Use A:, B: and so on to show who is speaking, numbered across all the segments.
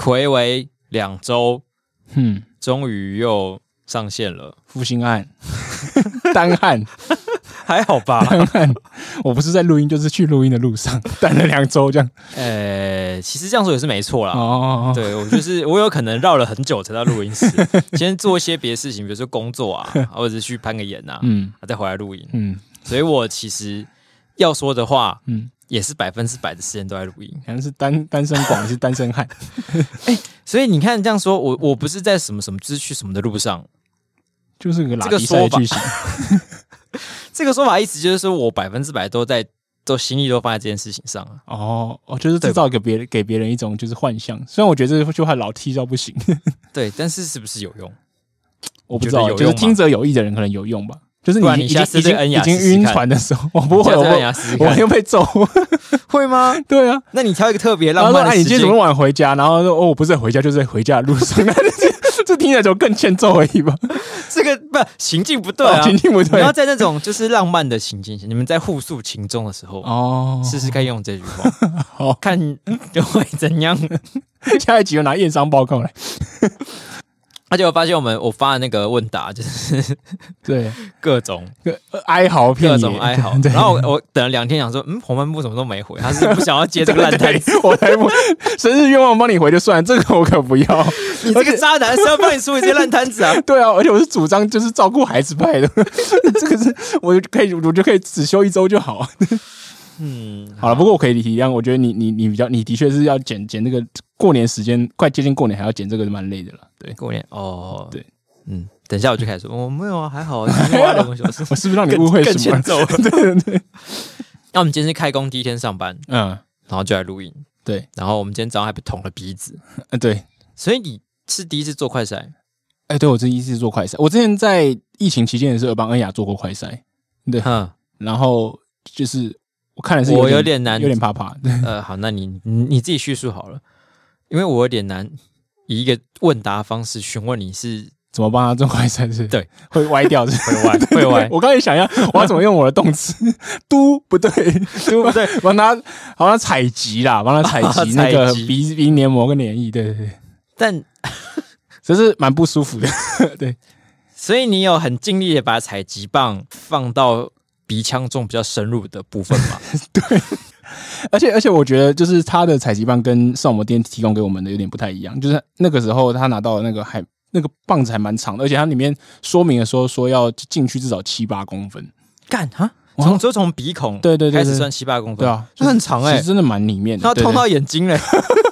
A: 睽违2周，终于又上线了。
B: 负心汉，单汉，
A: 还好吧？
B: 单汉，我不是在录音，就是去录音的路上，单了2周这样。
A: 其实这样说也是没错啦。
B: 哦，
A: 对，我有可能绕了很久才到录音室，先做一些别的事情，比如说工作啊，或者是去攀个岩啊，再回来录音。所以我其实要说的话，也是100%的时间都在录音。
B: 可能是单身广，是单身汉。
A: 所以你看这样说，我不是在什么什么，就是去什么的路上，
B: 就是个拉迪赛的剧情。
A: 这个说法意思就是说我100%都心力都放在这件事情上了。
B: 就是制造给别人一种就是幻象。虽然我觉得这句话老踢到不行。
A: 对，但是是不是有用？
B: 我不知道，就是听者有意的人可能有用吧。就是你已经晕船的时候，我不会，我又被揍，
A: 会吗？
B: 对啊，
A: 那你挑一个特别浪漫的时间。
B: 你今天怎么晚回家？然后说我不是回家，就是在回家的路上。这听起来就更欠揍而已吧？
A: 这个不行境不对啊，
B: 行境不对。
A: 你要在那种就是浪漫的情境下，你们在互诉情衷的时候，试试看用这句话，看会怎样。
B: 下一集我拿验伤报告来。
A: 而且我发现我发的那个问答就是
B: 对
A: 各种
B: 哀嚎片，
A: 各种哀嚎。然后我等了2天，想说红帆布怎么都没回，他是不想要接这个烂摊子。
B: 我才不，生日愿望帮你回就算，这个我可不要。
A: 你这个渣男是要帮你处理这些烂摊子啊？
B: 对啊，而且我是主张就是照顾孩子派的，这个是我就可以只休1周就好。好了，不过我可以体谅，我觉得你的确是要剪那个过年时间，快接近过年还要剪这个，蛮累的了。对，
A: 过年
B: 对，
A: 等一下我就开始说，我没有啊，还好，今天花2个小时，
B: 我是不是让你误会什么？对。
A: 那我们今天是开工第1天上班，然后就来录音，
B: 对，
A: 然后我们今天早上还被捅了鼻子，
B: 对，
A: 所以你是第一次做快筛？
B: 对，我是第一次做快筛，我之前在疫情期间也是有帮恩雅做过快筛，对，然后就是我看的是
A: 我有点难，
B: 有点怕怕。
A: 好，那你自己叙述好了，因为我有点难以一个问答方式询问你是
B: 怎么帮他做快筛，是？
A: 对，
B: 会歪掉，
A: 会歪。
B: 我刚才想要我要怎么用我的动词，嘟不对，帮他采集啦，帮他采集那个鼻黏膜跟黏液，对，但这是蛮不舒服的，对。
A: 所以你有很尽力的把采集棒放到鼻腔中比较深入的部分嘛？
B: 对。而且我觉得就是他的采集棒跟上摩店提供给我们的有点不太一样，就是那个时候他拿到的那个棒子还蛮长的，而且它里面说明的说要进去至少7-8公分。
A: 干哈？从鼻孔
B: 对
A: 开始算7-8公分，
B: 对啊，
A: 那很长
B: 其实真的蛮里面的，
A: 它通到眼睛嘞。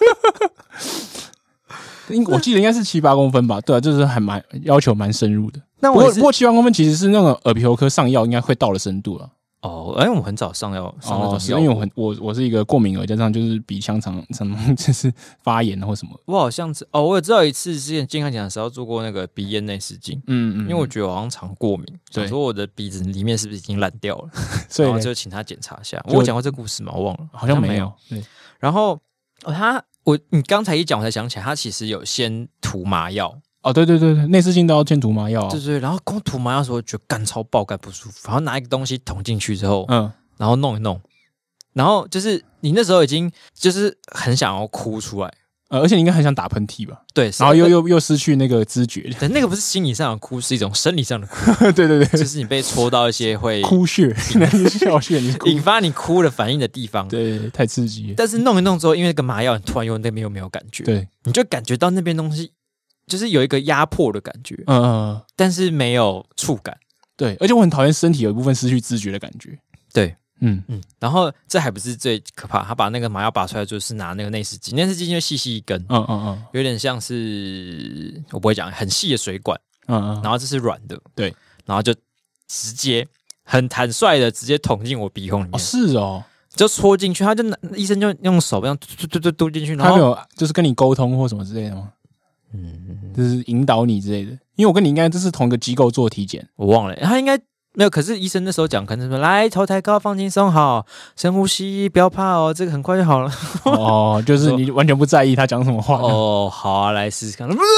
B: 我记得应该是7-8公分吧，对啊，就是还要求蛮深入的。
A: 不
B: 过7-8公分其实是那个耳鼻喉科上药应该会到的深度了。
A: 我很早上那种
B: 药，因为我是一个过敏儿，加上就是鼻腔常就是发炎或什么。
A: 我好像我有知道一次之前健康讲的时候做过那个鼻咽内视镜，因为我觉得我好像常过敏，想说我的鼻子里面是不是已经烂掉了，然后就请他检查一下。我有讲过这个故事吗？我忘了，
B: 好像没有。对，
A: 然后你刚才一讲，我才想起来，他其实有先涂麻药。
B: 对，内视镜都要先涂麻药。
A: 对，然后光涂麻药的时候，觉得干超爆干不舒服，然后拿一个东西捅进去之后，然后弄一弄，然后就是你那时候已经就是很想要哭出来，
B: 而且你应该很想打喷嚏吧？
A: 对，
B: 然后又失去那个知觉。
A: 对，那个不是心理上的哭，是一种生理上的哭。
B: 对，
A: 就是你被戳到一些会
B: 哭穴、笑穴，
A: 引发你哭的反应的地方。
B: 对，太刺激了。
A: 但是弄一弄之后，因为那个麻药，你突然那边又没有感觉，
B: 对，
A: 你就感觉到那边东西就是有一个压迫的感觉，但是没有触感。
B: 对，而且我很讨厌身体有一部分失去知觉的感觉。
A: 对。然后这还不是最可怕，他把那个麻药拔出来，就是拿那个内视镜，内视镜就细细一根，有点像是我不会讲很细的水管，然后这是软的，
B: 对，
A: 然后就直接很坦率的直接捅进我鼻孔里面，
B: 是哦，
A: 就戳进去，他就医生就用手这样嘟进去，然后
B: 他没有就是跟你沟通或什么之类的吗？就是引导你之类的，因为我跟你应该这是同一个机构做体检，
A: 我忘了，他应该。没有，可是医生那时候讲，可能说来头抬高，放轻松，好，深呼吸，不要怕哦，这个很快就好了。
B: 就是你完全不在意他讲什么话。
A: 好啊，来试试看，
B: 来试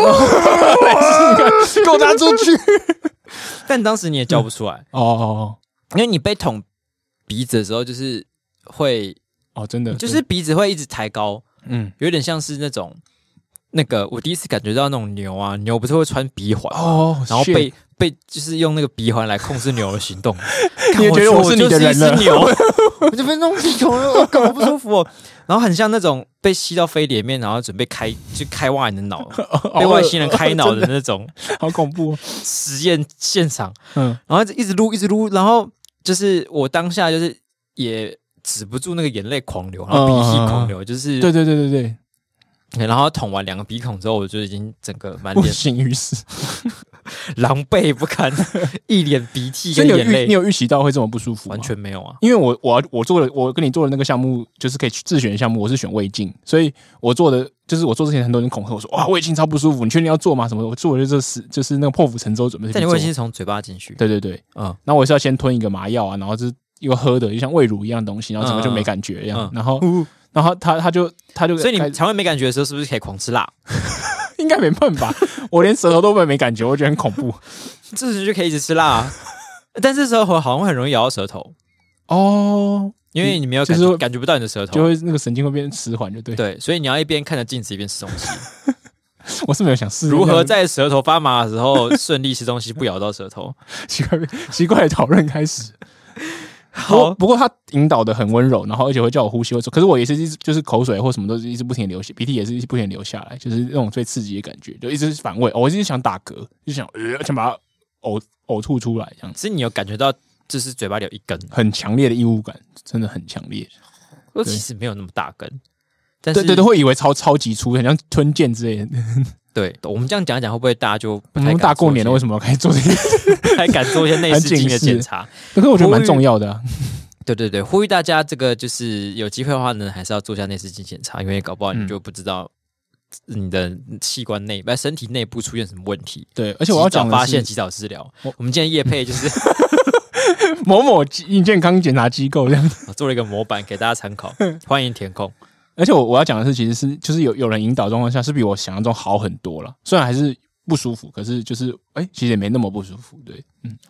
B: 试看，给我拿出去。
A: 但当时你也叫不出来因为你被捅鼻子的时候，就是会
B: 真的，
A: 就是鼻子会一直抬高，有点像是那种那个我第一次感觉到那种牛不是会穿鼻环吗？然后被就是用那个鼻环来控制牛的行动。
B: 你也觉得我是你的人了？
A: 我牛，我就被弄鼻孔了，搞不舒服。然后很像那种被吸到飞碟面，然后准备开挖你的脑，被外星人开脑的那种，
B: 好恐怖
A: 实验现场。然后一直撸，然后就是我当下就是也止不住那个眼泪狂流，然后鼻涕狂流，就是
B: 对。
A: 然后捅完2个鼻孔之后，我就已经整个满脸
B: 不省于事，
A: 狼狈不堪，一脸鼻涕跟眼泪。
B: 你有预期到会这么不舒服吗？
A: 完全没有啊，
B: 因为我跟你做的那个项目就是可以自选的项目，我是选胃镜，所以我做的就是我做之前很多人恐吓我说哇胃镜超不舒服，你确定要做吗？什么？我做的就是那个破釜沉舟准备。
A: 但你胃镜是从嘴巴进去？
B: 对，然后我是要先吞一个麻药啊，然后就是一个喝的，就像胃乳一样的东西，然后整个就没感觉一样，然后他就，
A: 所以你肠胃没感觉的时候，是不是可以狂吃辣？
B: 应该没办法，我连舌头都没感觉，我觉得很恐怖。
A: 这时就可以一直吃辣，但这时候好像会很容易咬到舌头
B: 哦，
A: 因为你没有感觉不到你的舌头，
B: 就会那个神经会变迟缓，就对。
A: 对，所以你要一边看着镜子一边吃东西。
B: 我是没有想试
A: 如何在舌头发麻的时候顺利吃东西，不咬到舌头。
B: 奇怪的讨论开始。好，不过他引导的很温柔，然后而且会叫我呼吸，可是我也是就是口水或什么都是一直不停流血，鼻涕也是不停流下来，就是那种最刺激的感觉，就一直反胃，我一直想打嗝，就想把它呕吐出来这样。
A: 所以你有感觉到就是嘴巴里有一根
B: 很强烈的异物感，真的很强烈。
A: 我其实没有那么大根，但是
B: 对，会以为超级粗，很像吞剑之类的。
A: 对，我们这样讲一讲，会不会大家就不太敢
B: 大过年了，为什么要开始做这些？
A: 还敢做一些内视镜的检查？
B: 可是我觉得蛮重要的啊。
A: 对，呼吁大家这个就是有机会的话呢，还是要做一下内视镜检查，因为搞不好你就不知道你的器官身体内部出现什么问题。
B: 对，而且我要讲
A: 发现及早治疗。我们今天业配就是
B: 某健康检查机构这样，
A: 做了一个模板给大家参考，欢迎填空。
B: 而且我要讲的是，其实是就是有人引导状况下，是比我想象中好很多了。虽然还是不舒服，可是就是其实也没那么不舒服。对，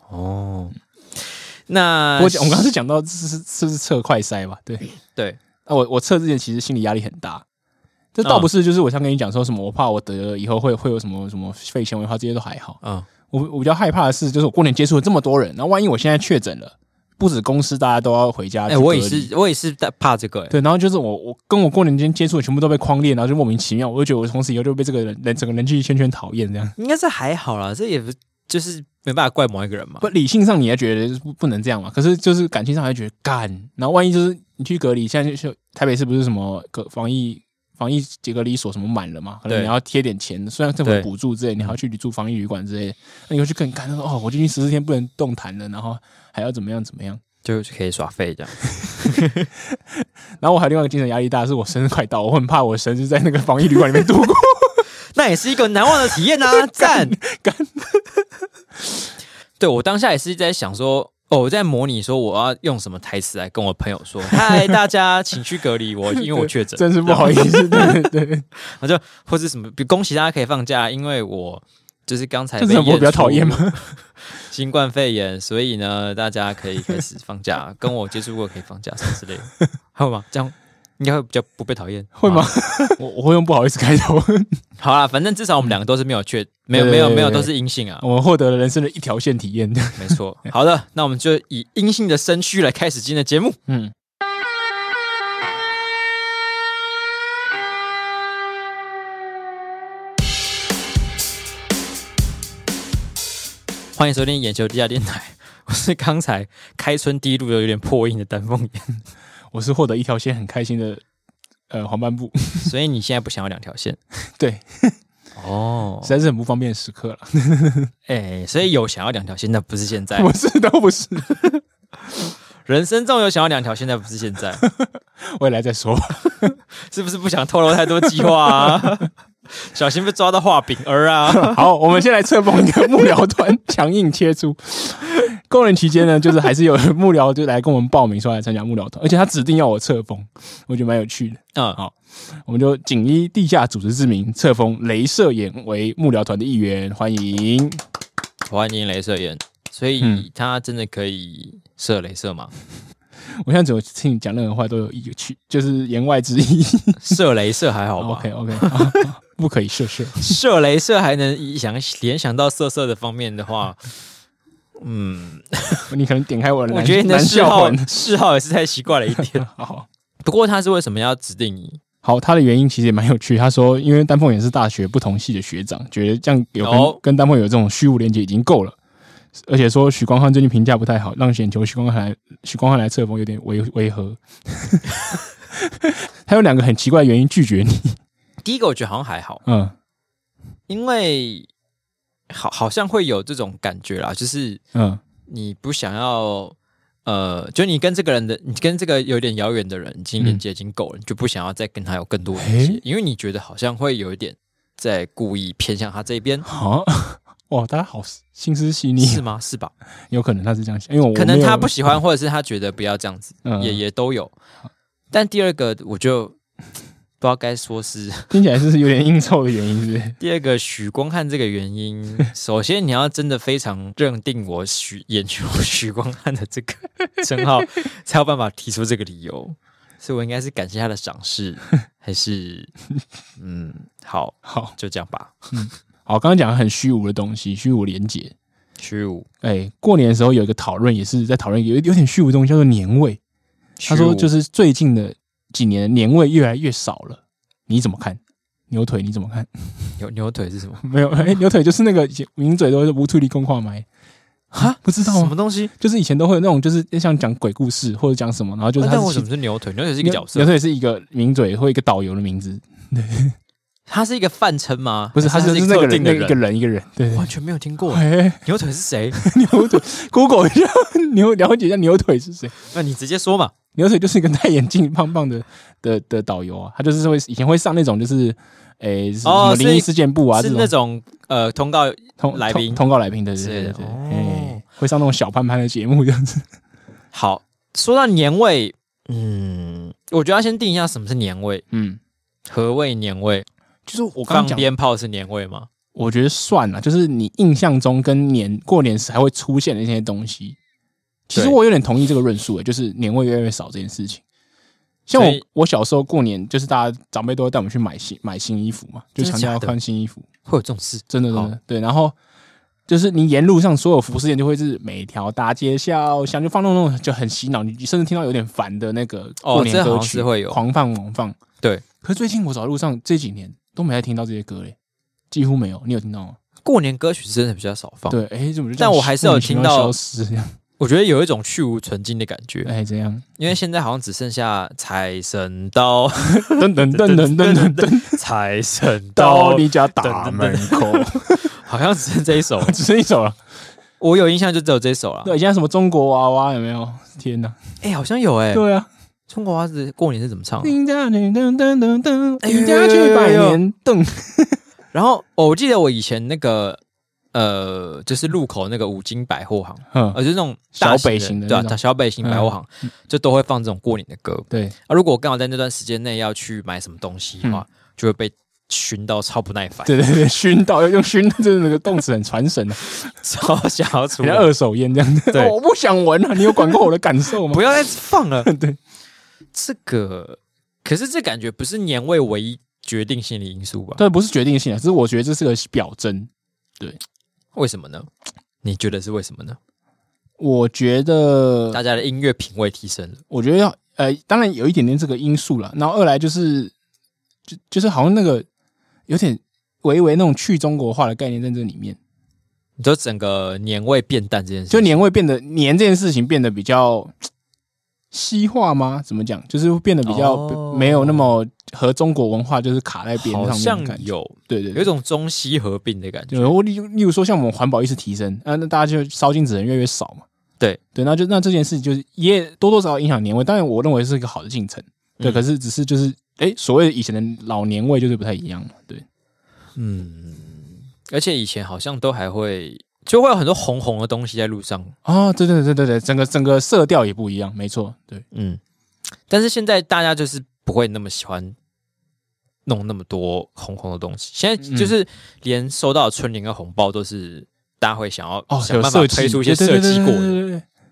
A: 那
B: 我们刚刚是讲到是测快筛吧？对。我测之前其实心理压力很大，这倒不是就是我想跟你讲说什么，我怕我得了以后会有什么肺纤维化，这些都还好。我比较害怕的是，就是我过年接触了这么多人，然后万一我现在确诊了。不止公司大家都要回家去隔离，
A: 我也是怕这个。
B: 对，然后就是我跟我过年间接触的全部都被框列，然后就莫名其妙，我就觉得我从此以后就被这个人整个人际圈讨厌这样。
A: 应该是还好啦，这也不就是没办法怪某一个人嘛。
B: 不，理性上你还觉得不能这样嘛，可是就是感情上还觉得干。然后万一就是你去隔离，现在就台北市不是什么防疫隔离所什么满了嘛，可能你要贴点钱，虽然政府补助之类，你还要去住防疫旅馆之类的，那你会去更干说我最近14天不能动弹了，然后还要怎么样，
A: 就可以耍废这样。
B: 然后我还有另外一个精神压力大，是我生日快到，我很怕我生日在那个防疫旅馆里面度过。
A: 那也是一个难忘的体验啊！赞。对，我当下也是在想说，我在模拟说我要用什么台词来跟我朋友说：“嗨，大家请去隔离我，因为我确诊。”
B: 真是不好意思，对。
A: 然后就或是什么，恭喜大家可以放假，因为我就是刚才被
B: 我比较讨厌吗？
A: 新冠肺炎，所以呢，大家可以开始放假，跟我接触过可以放假什么之类的，还有吗？这样应该会比较不被讨厌，
B: 会吗？我会用不好意思开头。
A: 好啦，反正至少我们两个都是没有都是阴性啊。
B: 我们获得了人生的一条线体验，
A: 没错。好的，那我们就以阴性的身躯来开始今天的节目。欢迎收听眼球地下电台，我是刚才开春第一路有点破音的丹凤眼，
B: 我是获得一条线很开心的黄斑部，
A: 所以你现在不想要2条线？
B: 对，实在是很不方便的时刻了。
A: 所以有想要2条线，但不是现在，
B: 都不是。
A: 人生中有想要2条线，但不是现在，
B: 未来再说，
A: 是不是不想透露太多计划啊？小心被抓到画饼儿啊！
B: 好，我们先来册封一个幕僚团，强硬切出。过年期间呢，就是还是有幕僚就来跟我们报名说来参加幕僚团，而且他指定要我册封，我觉得蛮有趣的。好，我们就谨依地下组织之名，册封雷射眼为幕僚团的一员，欢迎
A: 雷射眼。所以他真的可以射雷射吗？
B: 我现在只有听你讲任何话都有一个就是言外之意。
A: 射雷射还好吧
B: ？OK， 不可以射。
A: 射雷射还能联想到色的方面的话，
B: 你可能点开我的，
A: 我觉得你的嗜好也是太奇怪了一点。
B: 好，
A: 不过他是为什么要指定你？
B: 好，他的原因其实也蛮有趣。他说，因为丹凤眼是大学不同系的学长，觉得这样跟丹凤有这种虚无连结已经够了。而且说许光汉最近评价不太好，让选求许光汉来册封有点违和。他有2个很奇怪的原因拒绝你。
A: 第一个我觉得好像还好，因为好像会有这种感觉啦，就是你不想要。就你跟这个有点遥远的人，已经连接已经够了，你就不想要再跟他有更多连接，因为你觉得好像会有一点在故意偏向他这边。
B: 哇，大家好心思细腻，
A: 是吗？是吧？
B: 有可能他是这样想，因为
A: 可能他不喜欢，或者是他觉得不要这样子，也都有。但第二个我就不知道该说是
B: 听起来是有点应酬的原因，是不是？
A: 第二个许光汉这个原因，首先你要真的非常认定我眼球许光汉的这个称号，才有办法提出这个理由。所以我应该是感谢他的赏识，还是好，就这样吧。
B: 好，刚刚讲很虚无的东西，虚无连结，
A: 虚无。
B: 过年的时候有一个讨论，也是在讨论有点虚无的东西，叫做年味。他说，就是最近的几年年味越来越少了，你怎么看？牛腿你怎么看？
A: 牛腿是什么？
B: 没有，牛腿就是那个名嘴都是无推理公话买
A: 哈，
B: 不知道吗？
A: 什么东西？
B: 就是以前都会有那种，就是像讲鬼故事或者讲什么，然后就是
A: 但为什么是牛腿？牛腿是一个角色，
B: 牛腿是一个名嘴或一个导游的名字。对，
A: 他是一个泛称吗？
B: 不是，他就是那个人，一个人。对，
A: 完全没有听过。牛腿是谁？
B: 牛腿 ，Google 一下，了解一下牛腿是谁？
A: 那你直接说嘛。
B: 牛腿就是一个戴眼镜、胖胖的导游啊，他就是以前会上那种就是什么灵异事件簿啊，
A: 是那种通告来宾，
B: 通告来宾的，对，会上那种小潘潘的节目这样子。
A: 好，说到年味，我觉得要先定一下什么是年味。何谓年味？
B: 就是我刚刚讲
A: 放鞭炮是年味吗？
B: 我觉得算了，就是你印象中跟过年时还会出现的那些东西。其实我有点同意这个论述，就是年味越来越少这件事情。像我小时候过年，就是大家长辈都会带我们去买新衣服嘛，就强调要穿新衣服。
A: 会有这种事？
B: 真的对。然后就是你沿路上所有服饰店就会是每条大街小巷就放那种就很洗脑，你甚至听到有点烦的那个过年歌曲，
A: 会有
B: 狂放。对。可是最近我走在路上这几年都没再听到这些歌嘞，几乎没有。你有听到吗？
A: 过年歌曲真的比较少放。
B: 对，怎么就？
A: 但我还是有听到
B: 消失这样。
A: 我觉得有一种去无存菁的感觉，
B: 这样，
A: 因为现在好像只剩下财神到，
B: 噔，
A: 财神到
B: 你家大门口，
A: 好像只剩这一首，
B: 只剩一首了。
A: 我有印象就只有这一首了。
B: 对，现在什么中国娃娃有没有？天哪，
A: 好像有
B: 对啊，
A: 中国娃娃过年是怎么唱？
B: 你家去拜年噔。
A: 然后我记得我以前那个。就是路口那个五金百货行，就是那种
B: 小北型的，
A: 对，小北型百货行，就都会放这种过年的歌。
B: 对，
A: 如果我刚好在那段时间内要去买什么东西的话，就会被熏到超不耐烦。
B: 对，熏到用熏，就是那个动词很传神的，
A: 超想要出来
B: 二手烟这样子。对，我不想闻了，你有管过我的感受吗？
A: 不要再放了。
B: 对，
A: 这个可是这感觉不是年味唯一决定性的因素吧？
B: 对，不是决定性的，只是我觉得这是个表征。对。
A: 为什么呢？你觉得是为什么呢？
B: 我觉得
A: 大家的音乐品味提升了。
B: 我觉得当然有一点点这个因素啦。然后二来就是好像那个有点微那种去中国化的概念在这里面。
A: 你说整个年味变淡这件事情，
B: 就年味变得年这件事情变得比较西化吗？怎么讲？就是变得比较没有那么和中国文化就是卡在边上面的感觉。
A: 好像有，对，
B: 有
A: 一种中西合并的感觉。
B: 例如说，像我们环保意识提升，那大家就烧金纸人越来越少嘛。
A: 对，
B: 那这件事就是也多多少少影响年味。当然，我认为是一个好的进程。对，可是只是就是所谓以前的老年味就是不太一样嘛。对，
A: 而且以前好像都还会。就会有很多红的东西在路上
B: 啊！对，整个色调也不一样，没错，对，
A: 但是现在大家就是不会那么喜欢弄那么多红的东西，现在就是连收到的春联跟红包都是大家会想要想办法推出一些设计过的。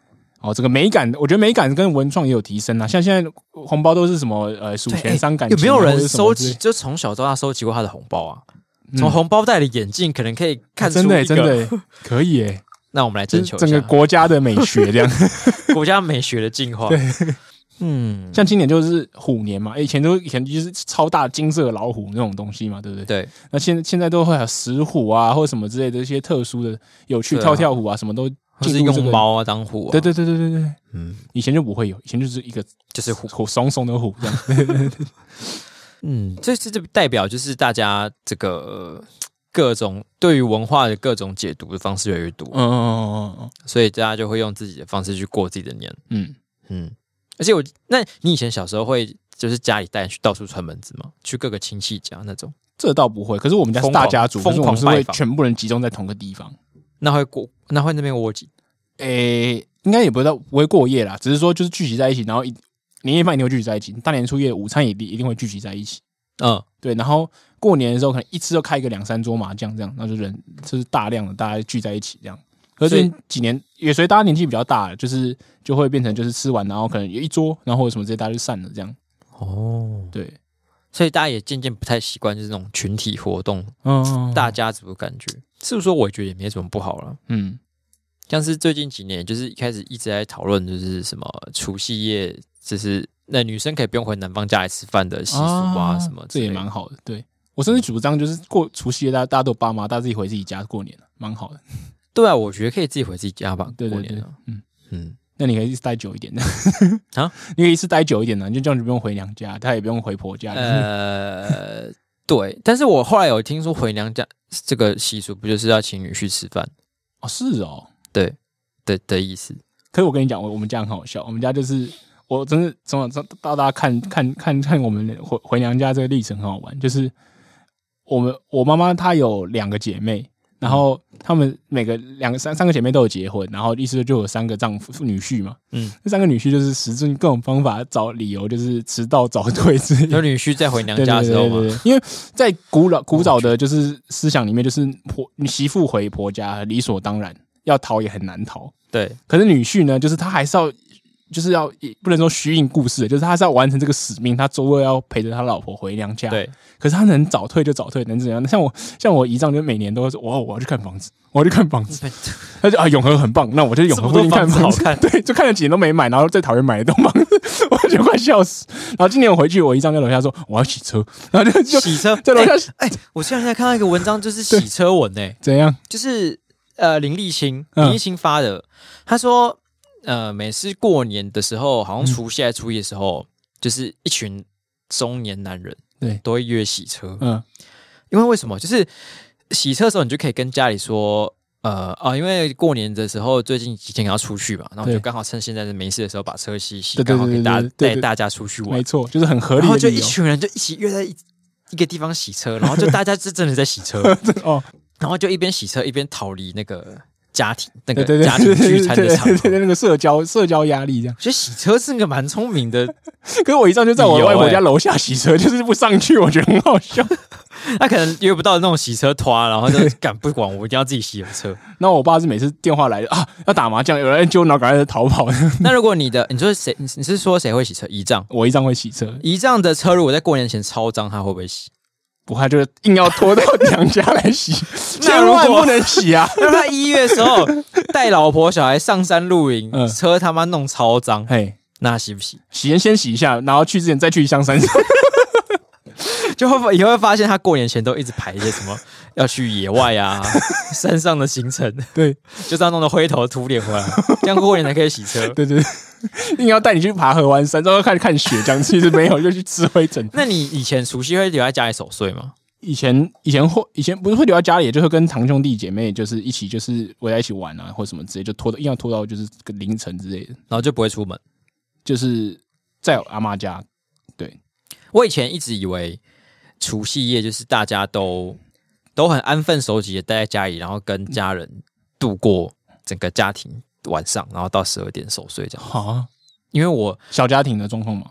B: 哦，这个美感，我觉得美感跟文创也有提升啊。像现在红包都是什么数钱伤感情，
A: 有没有人收集？就从小到大收集过他的红包啊？从红包袋的眼镜可能可以看出一个，
B: 真的可以耶。
A: 那我们来征求一下
B: 整个国家的美学，这样
A: 国家美学的进化。
B: 对，像今年就是虎年嘛，以前就是超大金色老虎那种东西嘛，对不对？
A: 对。
B: 那现在都会有石虎啊，或者什么之类的一些特殊的、有趣跳虎啊，什么都
A: 进入这个，用猫啊当虎啊。
B: 对，以前就不会有，以前就是一个
A: 就是
B: 虎怂怂的虎这样。
A: 这代表就是大家这个各种对于文化的各种解读的方式越来越多，所以大家就会用自己的方式去过自己的年，而且那你以前小时候会就是家里带人去到处串门子吗？去各个亲戚家那种？
B: 这倒不会，可是我们家是大家族，
A: 疯狂
B: 是会全部人集中在同个地方，
A: 那会那边窝几？
B: 应该也不会过夜啦，只是说就是聚集在一起，然后年夜饭一定会聚集在一起，大年初一的午餐也一定会聚集在一起。对，然后过年的时候可能一次就开一个2-3桌麻将这样，然后就是大量的大家聚在一起这样。可是几年也随大家年纪比较大，就会变成就是吃完然后可能有一桌，然后或者什么这些大家就散了这样。对，
A: 所以大家也渐渐不太习惯就是那种群体活动，大家族的感觉。是不是说我觉得也没什么不好了？像是最近几年，就是一开始一直在讨论，就是什么除夕夜，就是那女生可以不用回男方家来吃饭的习俗啊，什么，
B: 这也蛮好的。对，我甚至主张就是过除夕夜，大家都有爸妈，大家自己回自己家过年了，蛮好的。
A: 对啊，我觉得可以自己回自己家吧，
B: 对
A: 过年。
B: 那你可以一次待久一点的啊，你可以一次待久一点的，就这样就不用回娘家，他也不用回婆家。
A: 对，但是我后来有听说回娘家这个习俗，不就是要请女婿吃饭？
B: 哦，是哦。
A: 对的意思。
B: 可是我跟你讲，我们家很好笑，我们家就是我真是从小到大看我们回娘家这个历程很好玩，就是我妈妈她有2个姐妹，然后她们每个3个姐妹都有结婚，然后意思就有3个丈夫女婿嘛，这3个女婿就是使尽各种方法找理由，就是迟到早退之类的。
A: 有女婿在回娘家的时候吗？
B: 对，因为在古早的就是思想里面，就是媳妇回婆家理所当然。要逃也很难逃，
A: 对。
B: 可是女婿呢，就是他还是要，就是要不能说虚应故事，就是他是要完成这个使命，他周二要陪着他老婆回娘家。
A: 对。
B: 可是他能早退就早退，能怎样？像我姨丈就每年都说，我要去看房子，他就永和很棒，那我就永和附近看房子，对，就看了几年都没买，然后在桃园买一栋房子，我就觉得快笑死。然后今年我回去，我姨丈在楼下说我要洗车，然后就
A: 洗车
B: 在楼下。
A: 我现在看到一个文章，就是洗车文
B: 怎样？
A: 就是林立清发的，他说每次过年的时候，好像除夕还初一的时候，就是一群中年男人
B: 对
A: 都会约洗车，因为为什么？就是洗车的时候，你就可以跟家里说，因为过年的时候最近几天要出去嘛，然后就刚好趁现在没事的时候把车洗，刚好给带大家出去玩，
B: 没错，就是很合理的。
A: 然后就一群人就一起约在一个地方洗车，然后就大家是真的在洗车然后就一边洗车一边逃离那个家庭家庭聚餐的场合，
B: 那个社交压力这样。
A: 所以洗车是个蛮聪明的，
B: 可是我一上就在我外婆家楼下洗车，就是不上去，我觉得很好笑。
A: 他可能约不到那种洗车拖，然后就不管我一定要自己洗车。
B: 那我爸是每次电话来要打麻将，有人揪，然后赶快逃跑。
A: 那如果你说谁？你是说谁会洗车？姨丈，
B: 我姨丈会洗车。
A: 姨丈的车如果在过年前超脏，他会不会洗？
B: 不，他就硬要拖到娘家来洗，千万不能洗啊！
A: 那他1月的时候带老婆小孩上山露营，车他妈弄超脏，那洗不洗？
B: 先洗一下，然后去之前再去香山上。
A: 就也会发现他过年前都一直排一些什么要去野外啊、山上的行程，
B: 对，
A: 就是要弄得灰头土脸回来，这样过年才可以洗车。
B: 对，硬要带你去爬合欢山，然后看雪，这样其实没有，就去吃灰尘。
A: 那你以前除夕会留在家里守岁吗？
B: 以前不是会留在家里，也就是跟堂兄弟姐妹就是一起就是围在一起玩啊，或什么之类，就硬要拖到就是凌晨之类的，
A: 然后就不会出门，
B: 就是在阿嬷家。对，
A: 我以前一直以为除夕夜就是大家都很安分守己的待在家里，然后跟家人度过整个家庭晚上，然后到12点守岁这样。因为我
B: 小家庭的状况嘛，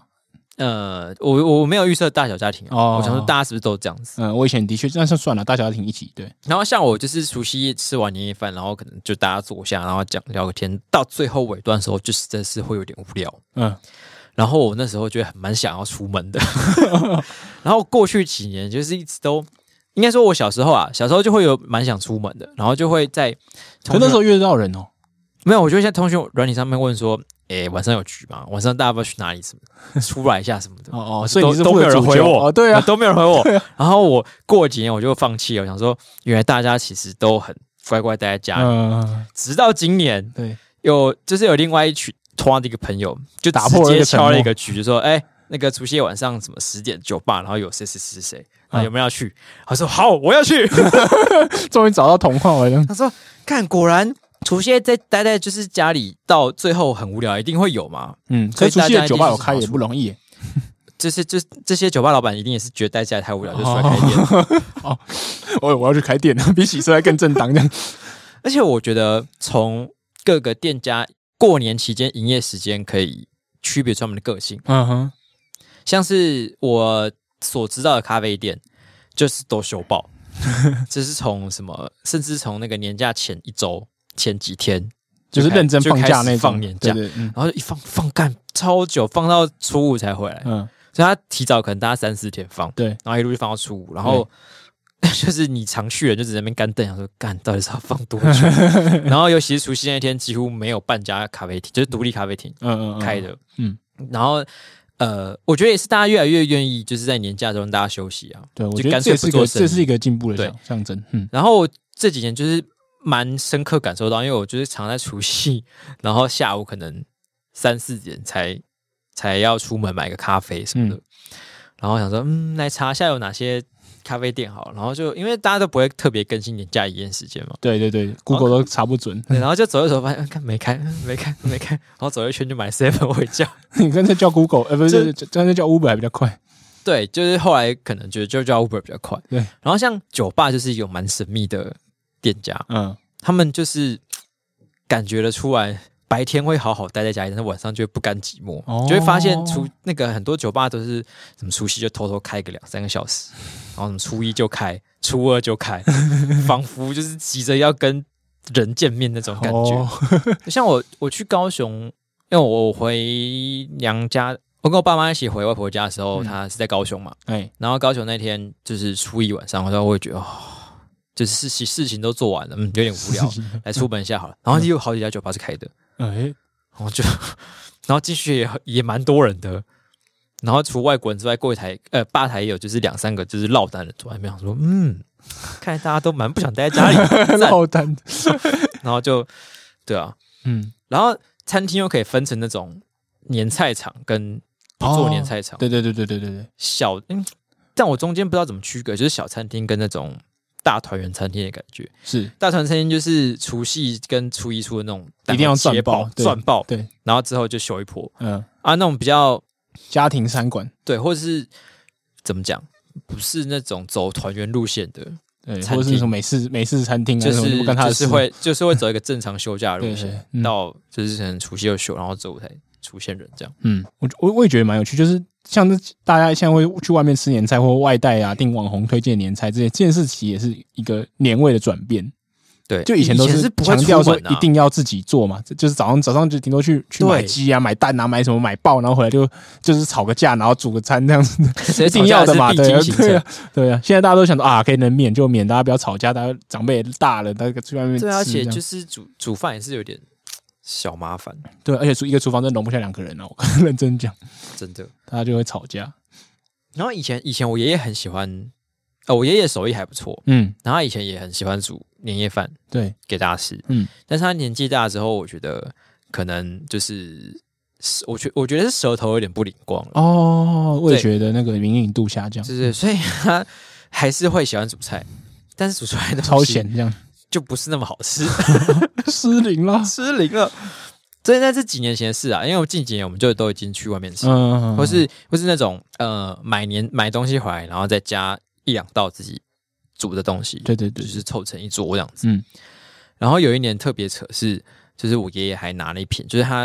A: 我没有预设大小家庭我想说大家是不是都这样子？
B: 我以前的确，但是算了，大小家庭一起对。
A: 然后像我就是除夕夜吃完年夜饭，然后可能就大家坐下，然后聊个天，到最后尾段的时候，就是真是会有点无聊。然后我那时候就蛮想要出门的。然后过去几年就是一直都，应该说我小时候就会有蛮想出门的，然后就会在，
B: 可那时候约得到人哦。
A: 没有，我就会在通讯软体上面问说，晚上有局吗？晚上大家要不要去哪里什么的，出来一下什么的。
B: 所以你是
A: 都没有人回我，
B: 对啊，
A: 都没有人回我。然后我过几年我就放弃了，我想说，原来大家其实都很乖乖待在家里。直到今年，对，有另外一群拖的一个朋友，就
B: 打破
A: 直接敲了一个局，就说，那个除夕夜晚上什么10点酒吧，然后有谁，有没有要去？他说好，我要去。
B: 终于找到同好了。
A: 他说，看，果然。除夕夜待在就是家里，到最后很无聊，一定会有嘛。
B: 所以除夕夜酒吧有开也不容易。
A: 这些酒吧老板一定也是觉得待家里太无聊，就出来开店。
B: 我要去开店，比洗车还更正当这样。
A: 而且我觉得从各个店家过年期间营业时间可以区别出他们的个性。像是我所知道的咖啡店，就是都休爆。这是从什么？甚至从那个年假前1周。前几天
B: 就是认真放假那种
A: 放年假，然后就一放干超久，放到初5才回来。所以他提早可能大家3-4天放，对，然后一路就放到初5，然后就是你常去人就只在那边干瞪，想说干到底是要放多久？然后尤其是除夕那天，几乎没有半家咖啡厅，就是独立咖啡厅开的。然后我觉得也是大家越来越愿意就是在年假中让大家休息啊。
B: 对，我觉得这是一个进步的象征。
A: 然后这几年就是蛮深刻感受到，因为我就是常在除夕，然后下午可能3-4点才要出门买个咖啡什么的，然后想说来查一下有哪些咖啡店好，然后就因为大家都不会特别更新年假营业时间嘛，
B: 对 Google 都查不准，
A: 对，然后就走一走发现看没开，然后走一圈就买 7 回家。
B: 你干脆叫 Google，不是干脆叫 Uber 还比较快。
A: 对，就是后来可能觉得就叫 Uber 比较快。对，然后像酒吧就是一个蛮神秘的店家，他们就是感觉得出来，白天会好好待在家里，但是晚上就会不甘寂寞，就会发现那个很多酒吧都是什么除夕就偷偷开个2-3个小时，然后什么初1就开，初2就开，仿佛就是急着要跟人见面那种感觉。像我去高雄，因为我回娘家，我跟我爸妈一起回外婆家的时候，他是在高雄嘛，然后高雄那天就是初1晚上，然后我会觉得就是事情都做完了，有点无聊，来出门一下好了。然后有好几家酒吧是开的，然后进去也蛮多人的。然后除外国人之外，过一台吧台也有就是2-3个就是落单的坐在那边，想说看来大家都蛮不想待在家里
B: 落单。
A: 然后就对啊，然后餐厅又可以分成那种年菜场跟不做年菜场，
B: 对，
A: 小但我中间不知道怎么区隔，就是小餐厅跟那种大团圆餐厅的感觉。是大团圆餐厅就是除夕跟初1、初2那种
B: 一定要赚爆，对，
A: 然后之后就休一波。那种比较
B: 家庭餐馆，对，
A: 或者是怎么讲，不是那种走团圆路线的。
B: 对，或者是什么美式餐厅啊，
A: 就是会走一个正常休假路线，到就是可能除夕又休，然后之后才出现人这样。
B: 我也觉得蛮有趣，就是像大家现在会去外面吃年菜或外带啊，订网红推荐年菜这件事情，也是一个年味的转变。对，就以前都是强调说一定要自己做嘛，就是早上就顶多去买鸡啊、买蛋啊、买什么买爆，然后回来就是吵个架，然后煮个餐这样子，一定要的嘛。对啊，现在大家都想说可以能免就免，大家不要吵架，大家长辈也大了，大家去外面吃。
A: 对，而且就是煮饭也是有点小麻烦。
B: 对，而且一个厨房真的容不下2个人哦，我认真讲，
A: 真的，
B: 大家就会吵架。
A: 然后以前我爷爷很喜欢，我爷爷手艺还不错，然后他以前也很喜欢煮年夜饭，对，给大家吃，但是他年纪大之后，我觉得可能就是我觉得是舌头有点不灵光了
B: 我也觉得那个灵敏度下降，
A: 对，所以他还是会喜欢煮菜，但是煮出来的
B: 超咸，这样
A: 就不是那么好吃，
B: 失灵了。
A: 所以在这几年前的事啊，因为我近几年我们就都已经去外面吃，或是那种买东西回来，然后再加1-2道自己煮的东西，对，就是凑成一桌这样子。然后有一年特别扯是，就是我爷爷还拿了一瓶，就是他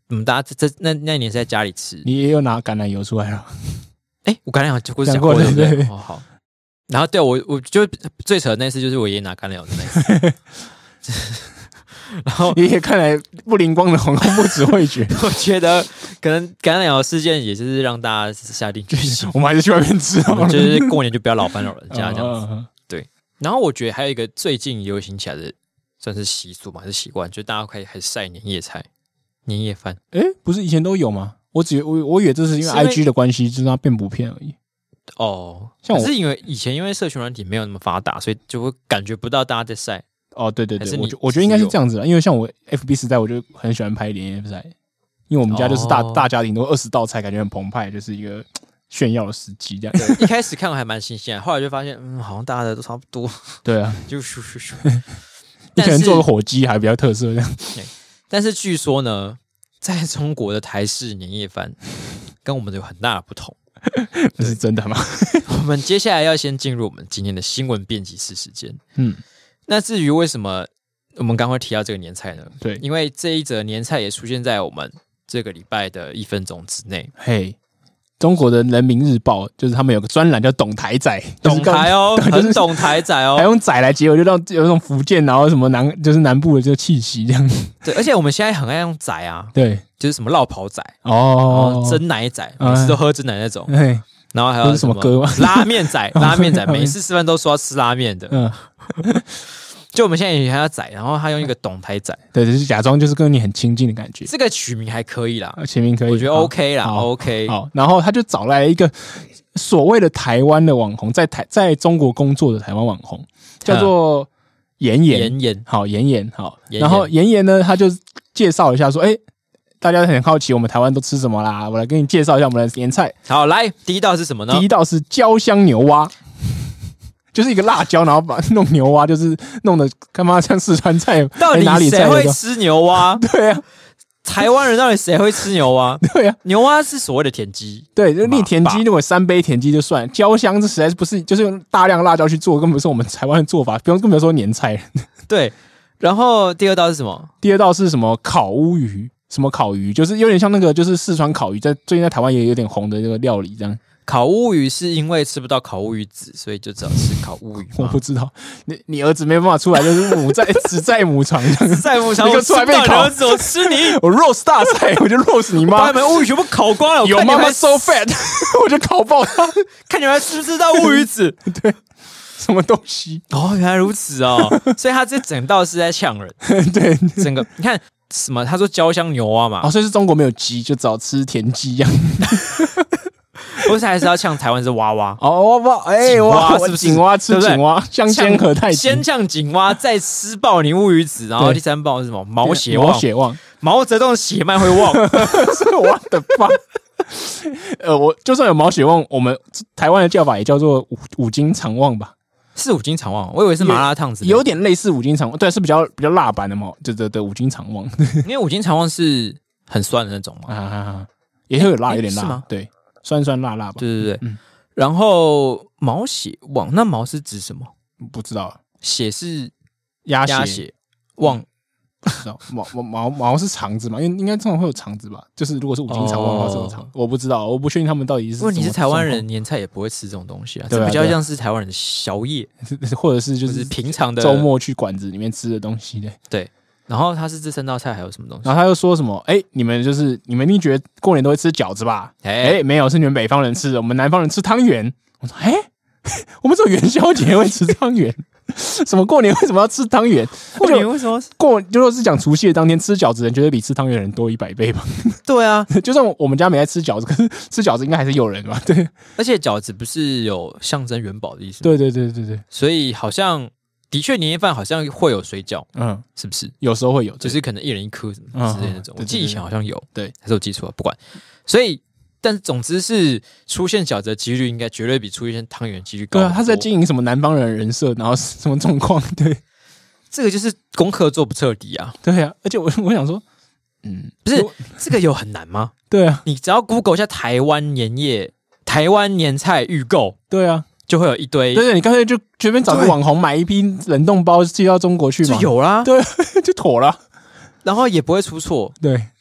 A: 我们大家那一年是在家里吃，
B: 你也有拿橄榄油出来了？
A: 我橄榄油不是讲过对不对？好。然后对我就最扯的那次就是我爷爷拿橄榄油的那次，然后
B: 爷爷看来不灵光的皇宫不知会觉，
A: 我觉得可能橄榄油事件也就是让大家下定决心，
B: 我们还是去外面吃好了，
A: 就是过年就不要老搬老人家这样子。对，然后我觉得还有一个最近流行起来的算是习俗嘛，还是习惯，就大家开始晒年夜菜、年夜饭。
B: 不是以前都有吗？我以为这是因为 IG 的关系，就是它变不骗而已。
A: 像我是因为以前因为社群软体没有那么发达，所以就会感觉不到大家在晒。
B: 对，我觉得应该是这样子啦，因为像我 FB 时代，我就很喜欢拍年夜菜，因为我们家就是大家庭都20道菜，感觉很澎湃，就是一个炫耀的时机这样。
A: 一开始看还蛮新鲜，后来就发现，好像大家都差不多。
B: 对啊，
A: 就咻。
B: 你可能做个火鸡还比较特色这样。
A: 但是据说呢，在中国的台式年夜饭跟我们有很大的不同。
B: 这是真的吗？
A: 我们接下来要先进入我们今天的新闻编辑室时间。那至于为什么我们刚会提到这个年菜呢？
B: 对，
A: 因为这一则年菜也出现在我们这个礼拜的1分钟之内。
B: 中国的人民日报就是他们有个专栏叫懂台仔，
A: 懂台很懂台仔
B: 还用仔来结合，就让有那种福建然后什么就是南部的这个气息这样。
A: 对，而且我们现在很爱用仔啊，
B: 对，
A: 就是什么烙跑仔真奶仔，每次都喝真奶那种。然后还有
B: 什么歌吗？
A: 拉面仔，每次吃饭都说要吃拉面的。就我们现在也还要仔，然后他用一个懂台仔，
B: 对，就是假装就是跟你很亲近的感觉。
A: 这个取名还可以啦，
B: 取名可以，
A: 我觉得 OK 啦 ，OK。
B: 好，然后他就找来了一个所谓的台湾的网红，在中国工作的台湾网红，叫做妍妍。好，妍妍。好，然后妍妍呢，他就介绍一下说，大家很好奇我们台湾都吃什么啦，我来给你介绍一下我们的年菜。
A: 好，来，第一道是什么呢？
B: 第一道是焦香牛蛙。就是一个辣椒，然后把弄牛蛙，就是弄得干嘛像四川菜？
A: 到底谁会吃牛蛙？
B: 对啊，
A: 台湾人到底谁会吃牛蛙？
B: 对啊，
A: 牛蛙是所谓的田鸡。
B: 对，就你田鸡，如果3杯田鸡就算，焦香这实在是不是，就是用大量辣椒去做，根本不是我们台湾的做法，更不用说年菜。
A: 对，然后第二道是什么？
B: 第二道是什么？烤乌鱼，什么烤鱼？就是有点像那个，就是四川烤鱼，最近在台湾也有点红的这个料理这样。
A: 烤乌鱼是因为吃不到烤乌鱼子，所以就只好吃烤乌鱼。
B: 我不知道，你儿子没办法出来，就是子在母床，
A: 子在母床，
B: 我出来被烤，
A: 儿子我吃你，
B: 我 roast 大赛，我就 roast 你妈，
A: 把你们乌鱼全部烤光了。
B: 有妈妈 so fat， 我就烤爆他，
A: 看你们吃不吃到乌鱼子？
B: 对，什么东西？
A: 原来如此哦，所以他这整道是在呛人。
B: 对，
A: 整个你看什么？他说焦香牛蛙嘛，
B: 所以是中国没有鸡，就只好吃田鸡一样。
A: 不是还是要呛台湾是蛙蛙
B: 蛙蛙，是不是井蛙吃井蛙，香煎和太极，
A: 先呛井蛙，再吃爆你乌鱼子，然后第3爆是什么？毛血旺，毛泽东血脉会旺，
B: 是我的爸。我就算有毛血旺，我们台湾的叫法也叫做五斤肠旺吧？
A: 是五斤肠旺，我以为是麻辣烫子，
B: 有点类似五斤肠旺，对，是比较辣版的嘛，对，五斤肠旺。
A: 因为五斤肠旺是很酸的那种嘛，
B: 也会有辣，有点辣，
A: 是吗？
B: 对。酸辣吧，
A: 对。然后毛血旺，那毛是指什么？
B: 不知道。
A: 血是
B: 鸭血，
A: 旺
B: 不知道。毛是肠子嘛？因为应该通常会有肠子吧？就是如果是五斤肠旺的话是有肠，我不知道，我不确定他们到底是。
A: 问题是台湾人年菜也不会吃这种东西啊，这比较像是台湾人的宵夜，
B: 或者是就是
A: 平常的
B: 周末去馆子里面吃的东西的。
A: 对。然后他是这3道菜还有什么东西？
B: 然后他又说什么？你们一定觉得过年都会吃饺子吧？没有，是你们北方人吃的，我们南方人吃汤圆。我说，我们只有元宵节会吃汤圆，什么过年为什么要吃汤圆？
A: 过年为什么
B: 如果是讲除夕的当天吃饺子的人，绝对比吃汤圆的人多100倍吧？对啊，就算我们家没在吃饺子，可是吃饺子应该还是有人吧？对，
A: 而且饺子不是有象征元宝的意思吗？
B: 对，所
A: 以好像。的确，年夜饭好像会有水饺，是不是？
B: 有时候会有，
A: 就是可能1人1颗什么之类的那种。我记得以前好像有，
B: 对，
A: 还是我记错了，不管。所以，但总之是出现饺子的几率应该绝对比出现汤圆的几率高。
B: 对啊，他在经营什么南方人的人设，然后什么状况？对，
A: 这个就是功课做不彻底啊。
B: 对啊，而且我想说，
A: 不是这个有很难吗？
B: 对啊，
A: 你只要 Google 一下台湾年菜预购，
B: 对啊。
A: 就会有一堆，
B: 对，你干脆就随便找个网红买一批冷冻包寄到中国去嘛，
A: 就有啦，
B: 对，就妥了，
A: 然后也不会出错，
B: 对，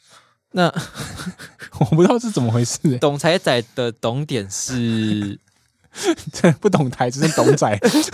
A: 那
B: 我不知道是怎么回事、欸。
A: 懂台仔的懂点是
B: 不懂台，只是懂仔，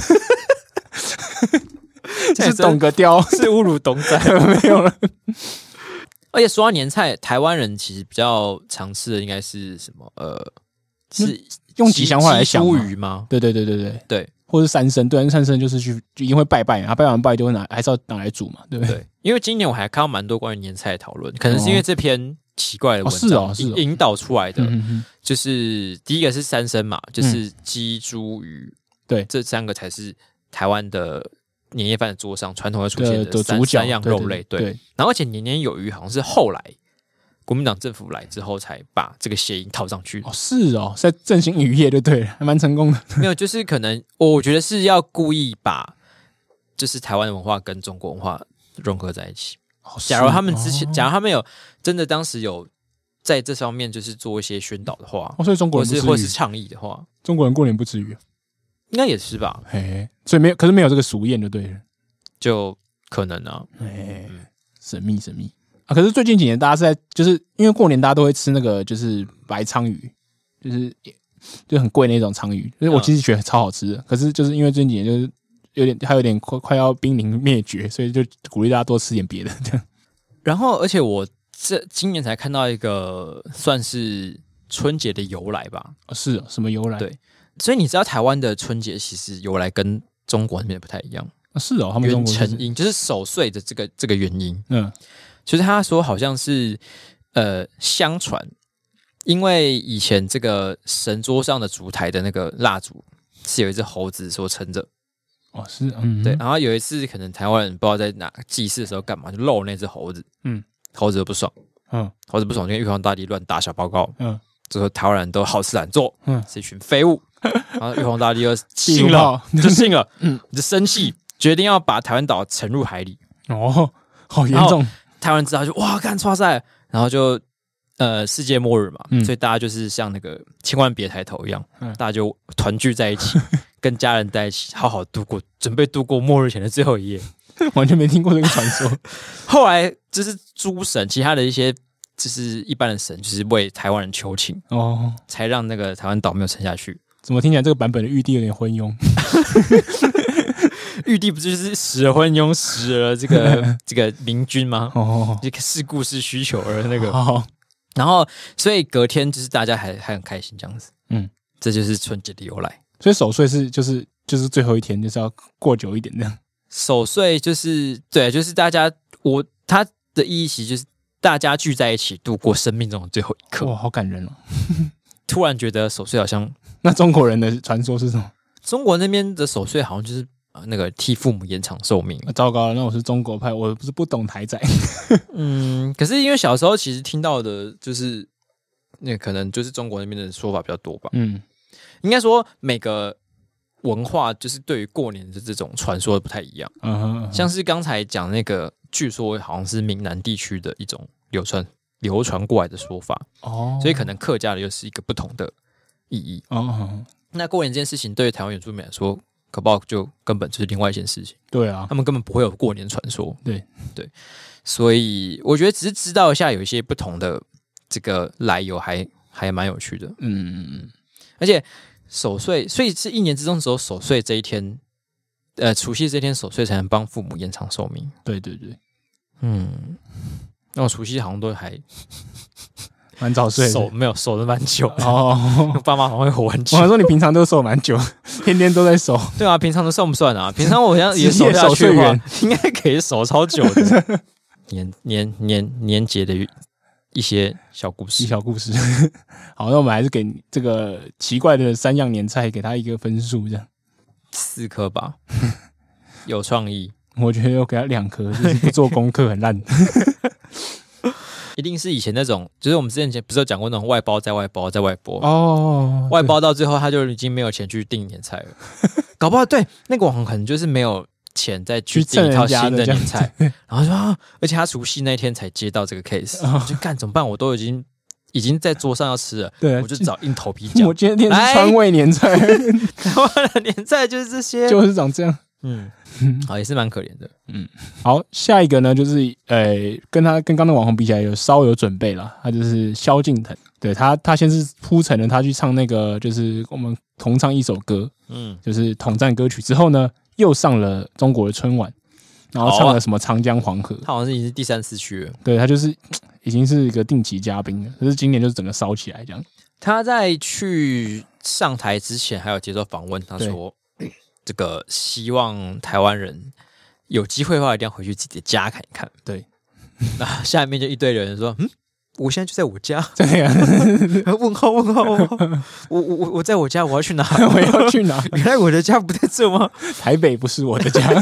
B: 是懂个雕，
A: 是侮辱懂仔
B: 没有了。
A: 而且说到年菜，台湾人其实比较常吃的应该是什么？是
B: 用吉祥话来想
A: 鸡鱼吗？
B: 对，或是三牲，对，三牲就是就一定会拜拜，然后拜完拜就会还是要拿来煮嘛，对不对？
A: 对，因为今年我还看到蛮多关于年菜的讨论，可能是因为这篇奇怪的文章引导出来的，就是第一个是三牲嘛，就是鸡、猪、鱼，
B: 对，
A: 这三个才是台湾的年夜饭的桌上传统会出现的三样肉类，对。然后而且年年有余好像是后来国民党政府来之后才把这个谐音套上去。
B: 是哦，在振兴渔业就对了，还蛮成功的。
A: 没有，就是可能我觉得是要故意把就是台湾的文化跟中国文化融合在一起。假如他们之前，假如他们有真的当时有在这方面就是做一些宣导的话，
B: 所以中国人不吃鱼，
A: 或是倡议的话，
B: 中国人过年不吃鱼，
A: 应该也是吧？
B: 所以没有，可是没有这个俗谚就对了，
A: 就可能啊，
B: 神秘啊！可是最近几年大家是在，就是因为过年大家都会吃那个就是白鲳鱼，就很贵那种鲳鱼，就是我其实觉得超好吃的，可是就是因为最近几年就是还有点快要濒临灭绝，所以就鼓励大家多吃点别的。
A: 然后，而且我今年才看到一个算是春节的由来吧？
B: 是什么由来？
A: 对，所以你知道台湾的春节其实由来跟中国那边不太一样。
B: 是哦，他们
A: 原成因就是守岁的这个原因。就是他说好像是相传，因为以前这个神桌上的烛台的那个蜡烛是有一只猴子所撑着。
B: 是，
A: 对。然后有一次可能台湾人不知道在哪祭祀的时候干嘛，就漏了那只猴子。猴子就不爽，猴子不爽就跟玉皇大帝乱打小报告。最后台湾人都好吃懒做，是一群废物。然后玉皇大帝就信了，就生气，决定要把台湾岛沉入海里。
B: 好严重！
A: 台湾人知道就哇，干唰塞，然后就世界末日嘛，所以大家就是像那个千万别抬头一样，大家就团聚在一起，跟家人在一起，好好度过，准备度过末日前的最后一夜。
B: 完全没听过这个传说。
A: 后来就是诸神，其他的一些就是一般的神，就是为台湾人求情才让那个台湾岛没有沉下去。
B: 怎么听起来这个版本的玉帝有点昏庸？
A: 玉帝不就是使了昏庸，使了这个明君吗？这个是故事需求而那个，然后所以隔天就是大家还很开心这样子。这就是春节的由来。
B: 所以守岁是就是最后一天，就是要过久一点这样。
A: 守岁就是对，就是大家它的意义其实就是大家聚在一起度过生命中的最后一刻。
B: 哇，好感人哦！
A: 突然觉得守岁好像……
B: 那中国人的传说是什么？
A: 中国那边的守岁好像就是那个替父母延长寿命。
B: 糟糕了，那我是中国派，我不是不懂台仔。
A: 可是因为小时候其实听到的就是那可能就是中国那边的说法比较多吧。应该说每个文化就是对于过年的这种传说不太一样。像是刚才讲那个，据说好像是闽南地区的一种流传过来的说法。所以可能客家的又是一个不同的意义。那过年这件事情对于台湾原住民来说，搞不好就根本就是另外一件事情。
B: 对啊，
A: 他们根本不会有过年传说。
B: 对，
A: 所以我觉得只是知道一下有一些不同的这个来由还蛮有趣的。而且守岁，所以是一年之中只有守岁这一天，除夕这天守岁才能帮父母延长寿命。
B: 对。
A: 那我除夕好像都还
B: 蛮早睡的，
A: 没有守的蛮久的。爸妈好像会活很久。
B: 我还说你平常都守蛮久，天天都在守。
A: 对啊，平常都算不算啊？平常我像也守下去的话，应该可以守超久的。年节的一些小故事。好，那我们还是给这个奇怪的3样年菜给他一个分数，这样 4颗吧。有创意。
B: 我觉得要给他2颗，就是不做功课很烂。
A: 一定是以前那种，就是我们之前不是有讲过那种外包再外包再外包外包到最后他就已经没有钱去订年菜了。搞不好对那个网红可能就是没有钱再去订一套新的年菜，然后说而且他除夕那天才接到这个 case， 就干怎么办？我都已经在桌上要吃了，我就找硬头皮讲，
B: 我今天是川味年菜，
A: 台湾的年菜就是这些，
B: 就是长这样。
A: 也是蛮可怜的。
B: 好，下一个呢，就是跟刚刚的网红比起来，稍有准备了。他就是萧敬腾，对他先是铺陈了他去唱那个，就是我们同唱一首歌，就是统战歌曲之后呢，又上了中国的春晚，然后唱了什么长江黄河，
A: 他好像是已经是第3次去了。
B: 对，他就是已经是一个定期嘉宾了，可是今年就是整个烧起来这样。
A: 他在去上台之前还有接受访问，他说这个希望台湾人有机会的话一定要回去自己的家看一看。
B: 对，
A: 那下面就一堆人说，我现在就在我家，
B: 对呀，
A: 问号，我在我家，我要去哪？
B: 我要去哪？
A: 原来我的家不在这吗？
B: 台北不是我的家。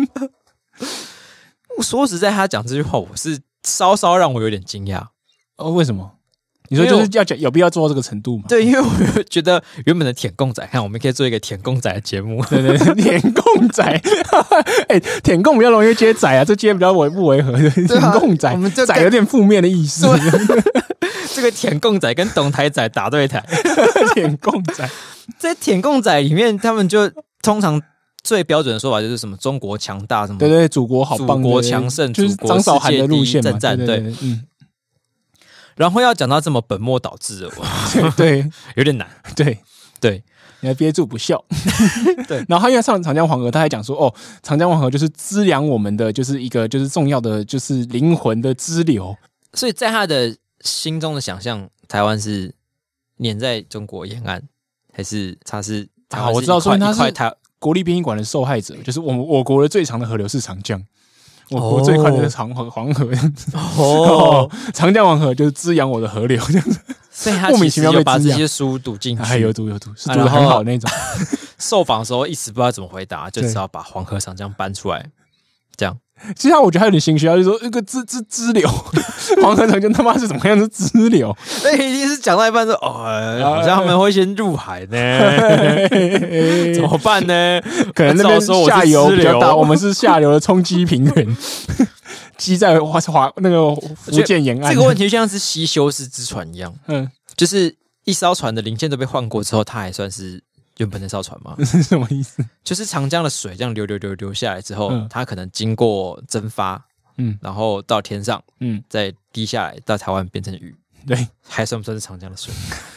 A: 说实在，他讲这句话，我是稍稍让我有点惊讶。
B: 为什么？你说就是要讲有必要做到这个程度吗？
A: 对，因为我觉得原本的舔共仔，看我们可以做一个舔共仔的节目。
B: 对，舔共仔，舔共比较容易接仔啊，这接比较不违和。舔共仔，我们仔有点负面的意思。
A: 这个舔共仔跟董台仔打对台，
B: 舔共仔
A: 在舔共仔里面，他们就通常最标准的说法就是什么中国强大，什么
B: 对，祖国好棒，
A: 祖国强盛，
B: 就是张韶涵的路线嘛，
A: 战，对。然后要讲到这么本末倒置的，
B: 对，
A: 有点难。对，
B: 你还憋住不笑。
A: 对，
B: 然后他因为唱长江黄河，他还讲说，长江黄河就是滋养我们的，就是一个就是重要的，就是灵魂的支流。
A: 所以在他的心中的想象，台湾是黏在中国沿岸，还是他是
B: 我知道，所以他是国立殡仪馆的受害者，就是我国的最长的河流是长江。我国最快的是黄河，长江黄河就是滋养我的河流这样子，
A: 所以他其实有把这些书读进去，
B: 有读，是读得很好的那种。
A: 受访的时候一时不知道怎么回答，就只好把黄河长江搬出来，这样。
B: 其实我觉得他有点心虚，他就说那个支流，黄河长江他妈是怎么样的支流？
A: 那一定是讲到一半说，好像他们会先入海呢，怎么办呢？
B: 可能那边下游比较大，我们是下游的冲积平原，积在那个福建沿岸。
A: 这个问题就像是西修斯之船一样，就是一艘船的零件都被换过之后，它还算是原本那艘船吗？
B: 是什么意思？
A: 就是长江的水这样流下来之后，它可能经过蒸发，然后到天上，再滴下来到台湾变成雨，
B: 对，
A: 还算不算是长江的水？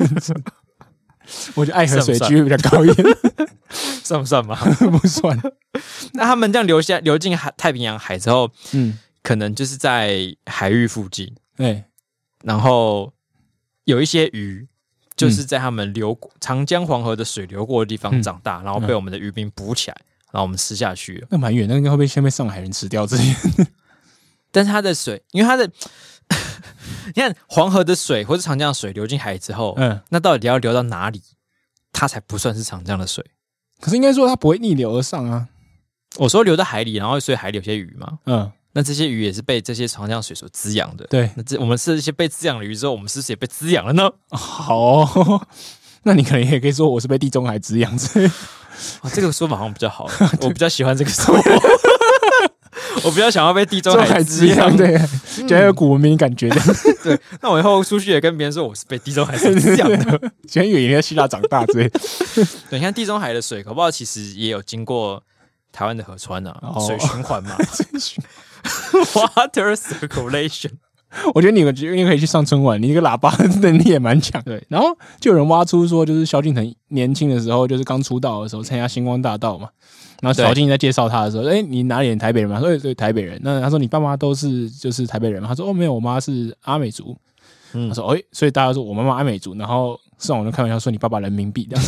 B: 我觉得爱河水区比较高一点，
A: 算不算嘛？
B: 不算。
A: 那他们这样流进太平洋海之后，可能就是在海域附近，
B: 对，
A: 然后有一些鱼。就是在他们长江黄河的水流过的地方长大，然后被我们的渔民捕起来，然后我们吃下去了。
B: 那蛮远，那应该会先被上海人吃掉这些。
A: 但是它的水，因为它的，你看黄河的水或者长江的水流进海之后，那到底要流到哪里，它才不算是长江的水？
B: 可是应该说它不会逆流而上啊。
A: 我说流到海里，然后所以海里有些鱼嘛，那这些鱼也是被这些长江水所滋养的。
B: 对，
A: 那我们吃这些被滋养的鱼之后，我们是不是也被滋养了呢？
B: 好，那你可能也可以说我是被地中海滋养。
A: 这个说法好像比较好，我比较喜欢这个说法。我比较想要被地中海滋养，
B: 对，觉得有古文明感觉的。
A: 对，那我以后出去也跟别人说我是被地中海滋养的。
B: 以前以为你在希腊长大之类。
A: 对，你看地中海的水，搞不好其实也有经过台湾的河川啊，水循环嘛。Water circulation，
B: 我觉得你可以去上春晚，你一个喇叭能力也蛮强。对，然后就有人挖出说，就是萧敬腾年轻的时候，就是刚出道的时候参加星光大道嘛。然后小静在介绍他的时候，你哪里人？台北人吗？他说对，台北人。那他说你爸妈都是就是台北人吗？他说没有，我妈是阿美族。他说所以大家说我妈妈阿美族，然后上网就开玩笑说你爸爸人民币这样。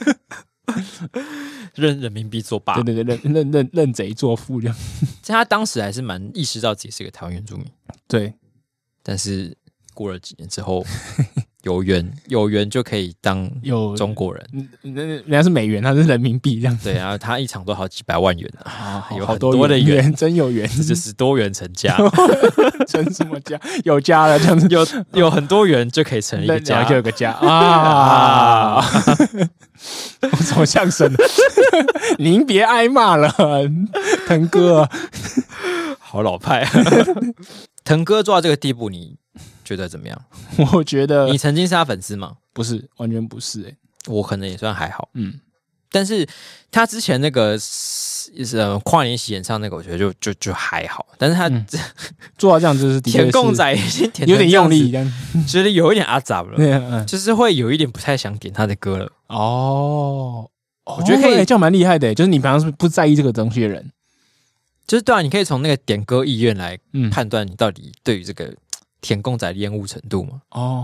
A: 认人民币做爸，
B: 对，认贼作父这样。
A: 他当时还是蛮意识到自己是个台湾原住民，
B: 对。
A: 但是过了几年之后，有缘就可以当中国人。
B: 人家是美元，他是人民币这样。
A: 对啊，他一场都好几百万元啊，有很
B: 多
A: 的元，
B: 真有缘，
A: 这就是多元成家。
B: 成什么家？有家了这样子，
A: 有很多元就可以成一个家，
B: 就有个家啊。什么相声？您别挨骂了，腾哥，
A: 好老派。腾哥做到这个地步，你觉得怎么样？
B: 我觉得
A: 你曾经是他粉丝吗？
B: 不是，完全不是。
A: 我可能也算还好。但是他之前那个跨年喜演唱那个，我觉得就还好，但是他、
B: 做到这样就是
A: 填共仔已经填
B: 有点用力，
A: 觉得有一点阿杂了，就是会有一点不太想点他的歌了。我觉得可以，
B: 这样蛮厉害的，就是你平常是不在意这个东西的人，
A: 就是对啊，你可以从那个点歌意愿来判断你到底对于这个填共仔的厌恶程度嘛。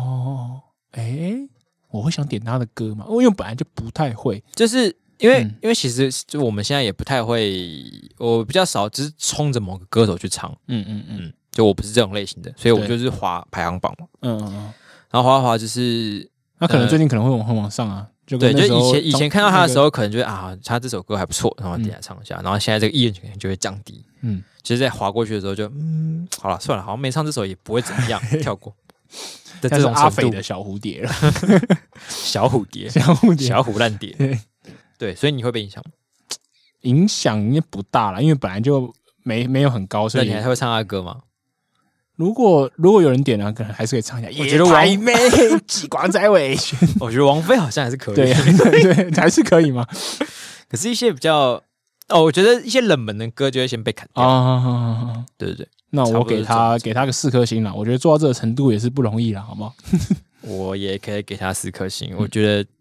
B: 我会想点他的歌嘛，因为本来就不太会，
A: 就是因为其实就我们现在也不太会，我比较少只是冲着某个歌手去唱，就我不是这种类型的，所以我就是滑排行榜嘛，然后滑就是
B: 那可能最近可能会往上啊。
A: 对，就以前看到他的时候，可能就会他这首歌还不错，然后点来唱一下，然后现在这个意愿可能就会降低。其实，在滑过去的时候就，好了，算了，好像没唱这首也不会怎么样，跳过。的这种
B: 阿肥的小蝴蝶了，
A: 小蝴蝶，小虎烂蝶。对，所以你会被影响吗？
B: 影响应该不大啦，因为本来就没有很高，所以
A: 那你还会唱他的歌吗？
B: 如果有人点了，可能还是可以唱一下。
A: 我觉得王
B: 妹激光在尾，
A: 我觉得王菲好像还是可以，
B: 对，还是可以吗？
A: 可是一些比较我觉得一些冷门的歌就会先被砍掉。对，
B: 那我给他个4颗星啦。我觉得做到这个程度也是不容易啦，好不好？
A: 我也可以给他4颗星。我觉得，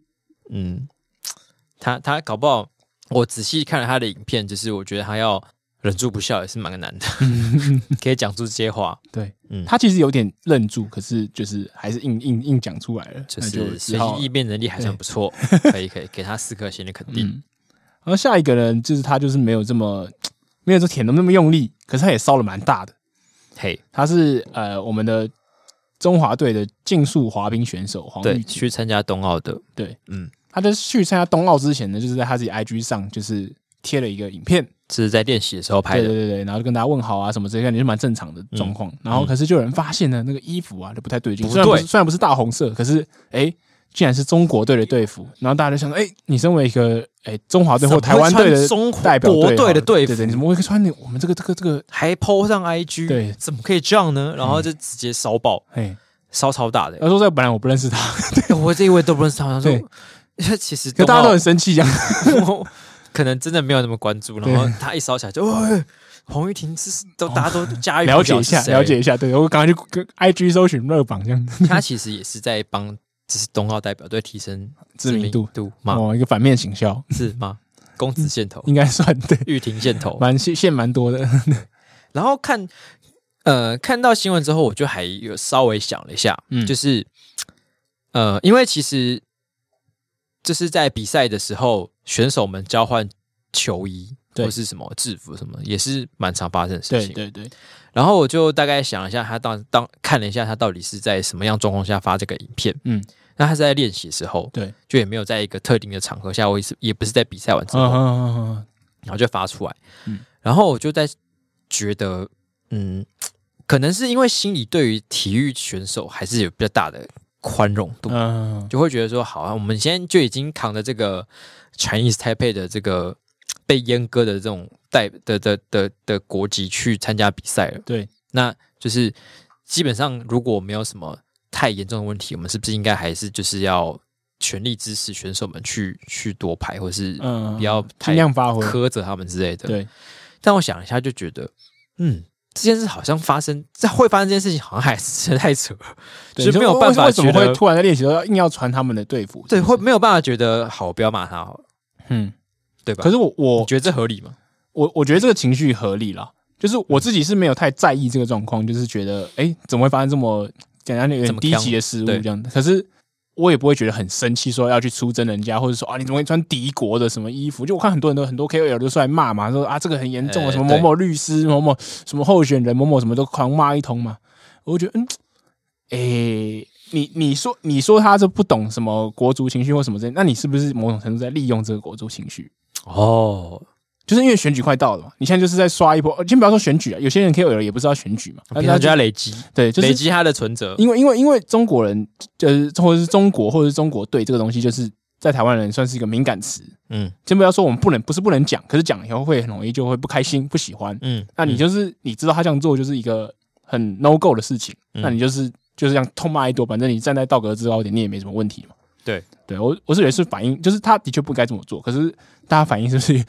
A: 他搞不好，我仔细看了他的影片，就是我觉得他要忍住不笑也是蛮难的，可以讲出这些话。
B: 对，他其实有点愣住，可是就是还是硬讲出来了，
A: 就是随机应变能力还算不错，可以给他4颗星的肯定。
B: 然后下一个人就是他，就是没有这舔的那么用力，可是他也烧了蛮大的。他是我们的中华队的竞速滑冰选手黄玉
A: 去参加冬奥的。
B: 对，他就是去参加冬奥之前呢，就是在他自己 IG 上就是贴了一个影片。
A: 是在练习的时候拍的，
B: 对，然后就跟大家问好啊什么之类的，也是蛮正常的状况。然后可是就有人发现呢，那个衣服啊就不太对劲，虽然不是大红色，可是竟然是中国队的队服。然后大家就想说，你身为一个中华队或台湾队的代表
A: 队的队服，
B: 对，你怎么会穿我们这个
A: 还 po 上 IG？
B: 对，
A: 怎么可以这样呢？然后就直接烧爆，烧超大的。
B: 他说这本来我不认识他，
A: 对我这一位都不认识他。他说，其实
B: 大家都很生气这样。
A: 可能真的没有那么关注，然后他一烧起来就，黄玉婷大家都加
B: 了解一下。对，我赶快去跟 IG 搜寻热榜这样。
A: 他其实也是在帮，就是冬奥代表队提升
B: 知名度
A: 吗？
B: 一个反面行销
A: 是吗？公子线头
B: 应该算对，
A: 玉婷线头
B: 线蛮多的。
A: 然后看到新闻之后，我就还有稍微想了一下，就是因为其实就是在比赛的时候，选手们交换球衣或是什么制服什么，也是蛮常发生的事情。
B: 对。
A: 然后我就大概想一下，他看了一下他到底是在什么样状况下发这个影片。那他是在练习的时候，对，就也没有在一个特定的场合下，也不是在比赛完之后，然后就发出来。然后我就在觉得，可能是因为心里对于体育选手还是有比较大的宽容度，就会觉得说，好啊，我们现在就已经扛着这个 Chinese Taipei 的这个被阉割的这种的国籍去参加比赛了。
B: 对，
A: 那就是基本上如果没有什么太严重的问题，我们是不是应该还是就是要全力支持选手们去夺牌，或是不要
B: 尽量发挥
A: 苛责他们之类的。
B: 对，
A: 但我想一下就觉得，这件事好像会发生这件事情，好像还是真的太扯了，就是没有办法。
B: 为什么会突然在练习的时候硬要穿他们的队服？
A: 对，会没有办法觉得好，我不要骂他好了，对吧？
B: 可是我
A: 觉得这合理吗？
B: 我觉得这个情绪合理啦，就是我自己是没有太在意这个状况，就是觉得怎么会发生这么简单有点低级的失误这样的？可是我也不会觉得很生气，说要去出征人家，或者说你怎么会穿敌国的什么衣服？就我看很多KOL 都出来骂嘛，说这个很严重，什么某某律师、某某什么候选人、某某什么都狂骂一通嘛。我就觉得，你说他这不懂什么国族情绪或什么之类，那你是不是某种程度在利用这个国族情绪？就是因为选举快到了嘛，你现在就是在刷一波。先不要说选举啊，有些人 KOL 也不知道选举嘛，
A: 他就要累积，
B: 对，就是
A: 累积他的存折。
B: 因为中国人就是或者是中国或者是中国队这个东西，就是在台湾人算是一个敏感词。先不要说我们不是不能讲，可是讲以后会很容易就会不开心、不喜欢。那你就是你知道他这样做就是一个很 no go 的事情，那你就是这样痛骂一多，反正你站在道德制高点，你也没什么问题嘛。对，我是觉得是反应，就是他的确不该这么做，可是大家反应是不是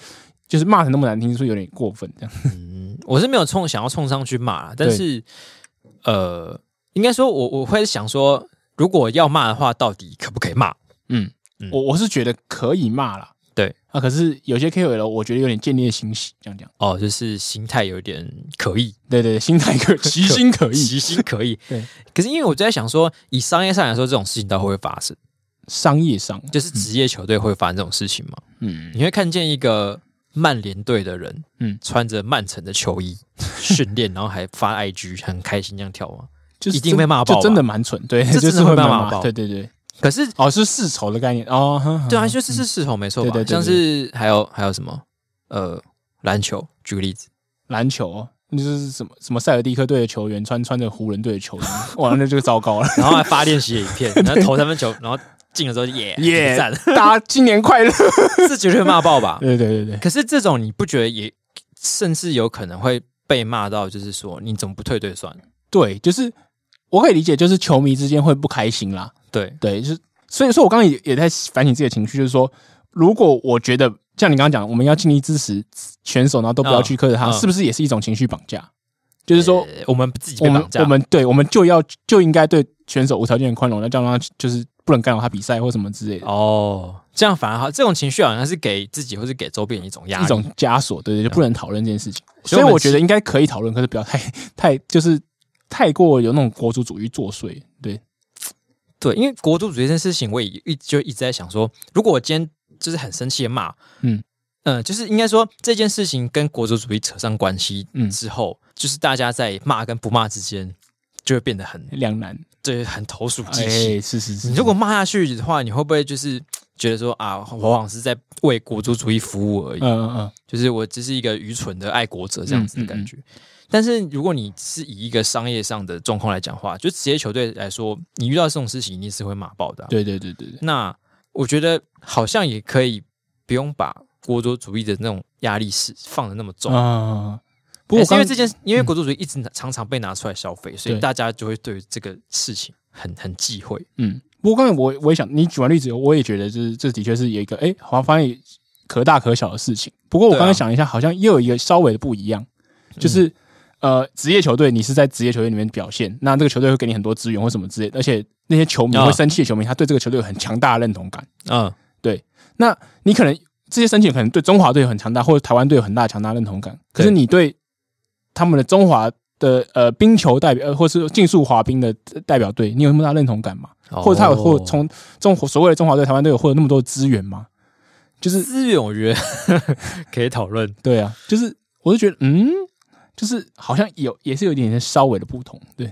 B: 就是骂成那么难听，说有点过分这样。
A: 我是没有想要冲上去骂，但是应该说我会想说，如果要骂的话，到底可不可以骂？
B: 我是觉得可以骂啦。
A: 对啊，
B: 可是有些 KOL 我觉得有点见猎心喜，这样讲
A: 哦，就是心态有点可疑。
B: 对，心态其心可疑，
A: 其心可疑。对，可是因为我在想说，以商业上来说，这种事情到底会不会发生？
B: 商业上
A: 就是职业球队会发生这种事情吗？你会看见一个曼联队的人，穿着曼城的球衣训练，然后还发 IG 很开心这样跳吗？
B: 就是
A: 一定被骂爆，
B: 就真的蛮蠢，对，
A: 这真的会被骂爆，
B: 对。
A: 可是
B: 是世仇的概念哦，
A: 对啊，就是世仇没错吧？对，像是还有什么篮球，举个例子，
B: 篮球就是什么塞尔蒂克队的球员穿着湖人队的球衣，哇，那就糟糕了。
A: 然后还发练习影片，然后投3分球，然后进的时候耶赞，
B: 大家新年快乐，
A: 这绝对会骂爆吧？
B: 对。
A: 可是这种你不觉得也甚至有可能会被骂到，就是说你怎么不退队算了？
B: 对，就是我可以理解，就是球迷之间会不开心啦。对，就是所以说我刚刚也在反省自己的情绪，就是说，如果我觉得像你刚刚讲，我们要尽力支持选手，然后都不要去苛责他，是不是也是一种情绪绑架？就是说，
A: 我们自己被绑架，
B: 我们就应该对选手无条件的宽容，那这样他就是不能干扰他比赛或什么之类的。
A: 哦，这样反而好，这种情绪好像是给自己或是给周边一种压力、
B: 一种枷锁，对，就不能讨论这件事情。所以我觉得应该可以讨论，可是不要太就是太过有那种国族主义作祟，
A: 对，因为国族主义这件事情，我也一直在想说，如果我今天就是很生气的骂，就是应该说这件事情跟国族主义扯上关系之后，就是大家在骂跟不骂之间就会变得很
B: 两难，
A: 对，很投鼠忌器。
B: 是。
A: 你如果骂下去的话，你会不会就是觉得说啊，我好像是在为国族主义服务而已？就是我只是一个愚蠢的爱国者这样子的感觉。但是如果你是以一个商业上的状况来讲话，就职业球队来说，你遇到这种事情，你是会骂爆的。
B: 对。
A: 那我觉得好像也可以不用把国族主义的那种压力放得那么重不过因为国族主义一直常常被拿出来消费，所以大家就会对这个事情很忌讳。
B: 不过刚才我也想，你举完例子，我也觉得就是这的确是有一个好像发现可大可小的事情。不过我刚才想一下，好像又有一个稍微的不一样，就是职业球队你是在职业球队里面表现，那这个球队会给你很多资源或什么之类的，而且那些球迷会生气的球迷，他对这个球队有很强大的认同感。对。那你可能这些生气可能对中华队有很强大，或者台湾队有很大强大认同感，可是你对他们的中华的冰球代表，或是竞速滑冰的代表队，你有那么大认同感吗？或者他有从所谓的中华队、台湾队有获得那么多资源吗？就是
A: 资源，我觉得可以讨论。
B: 对啊，就是我就觉得就是好像也是有一点点稍微的不同，对。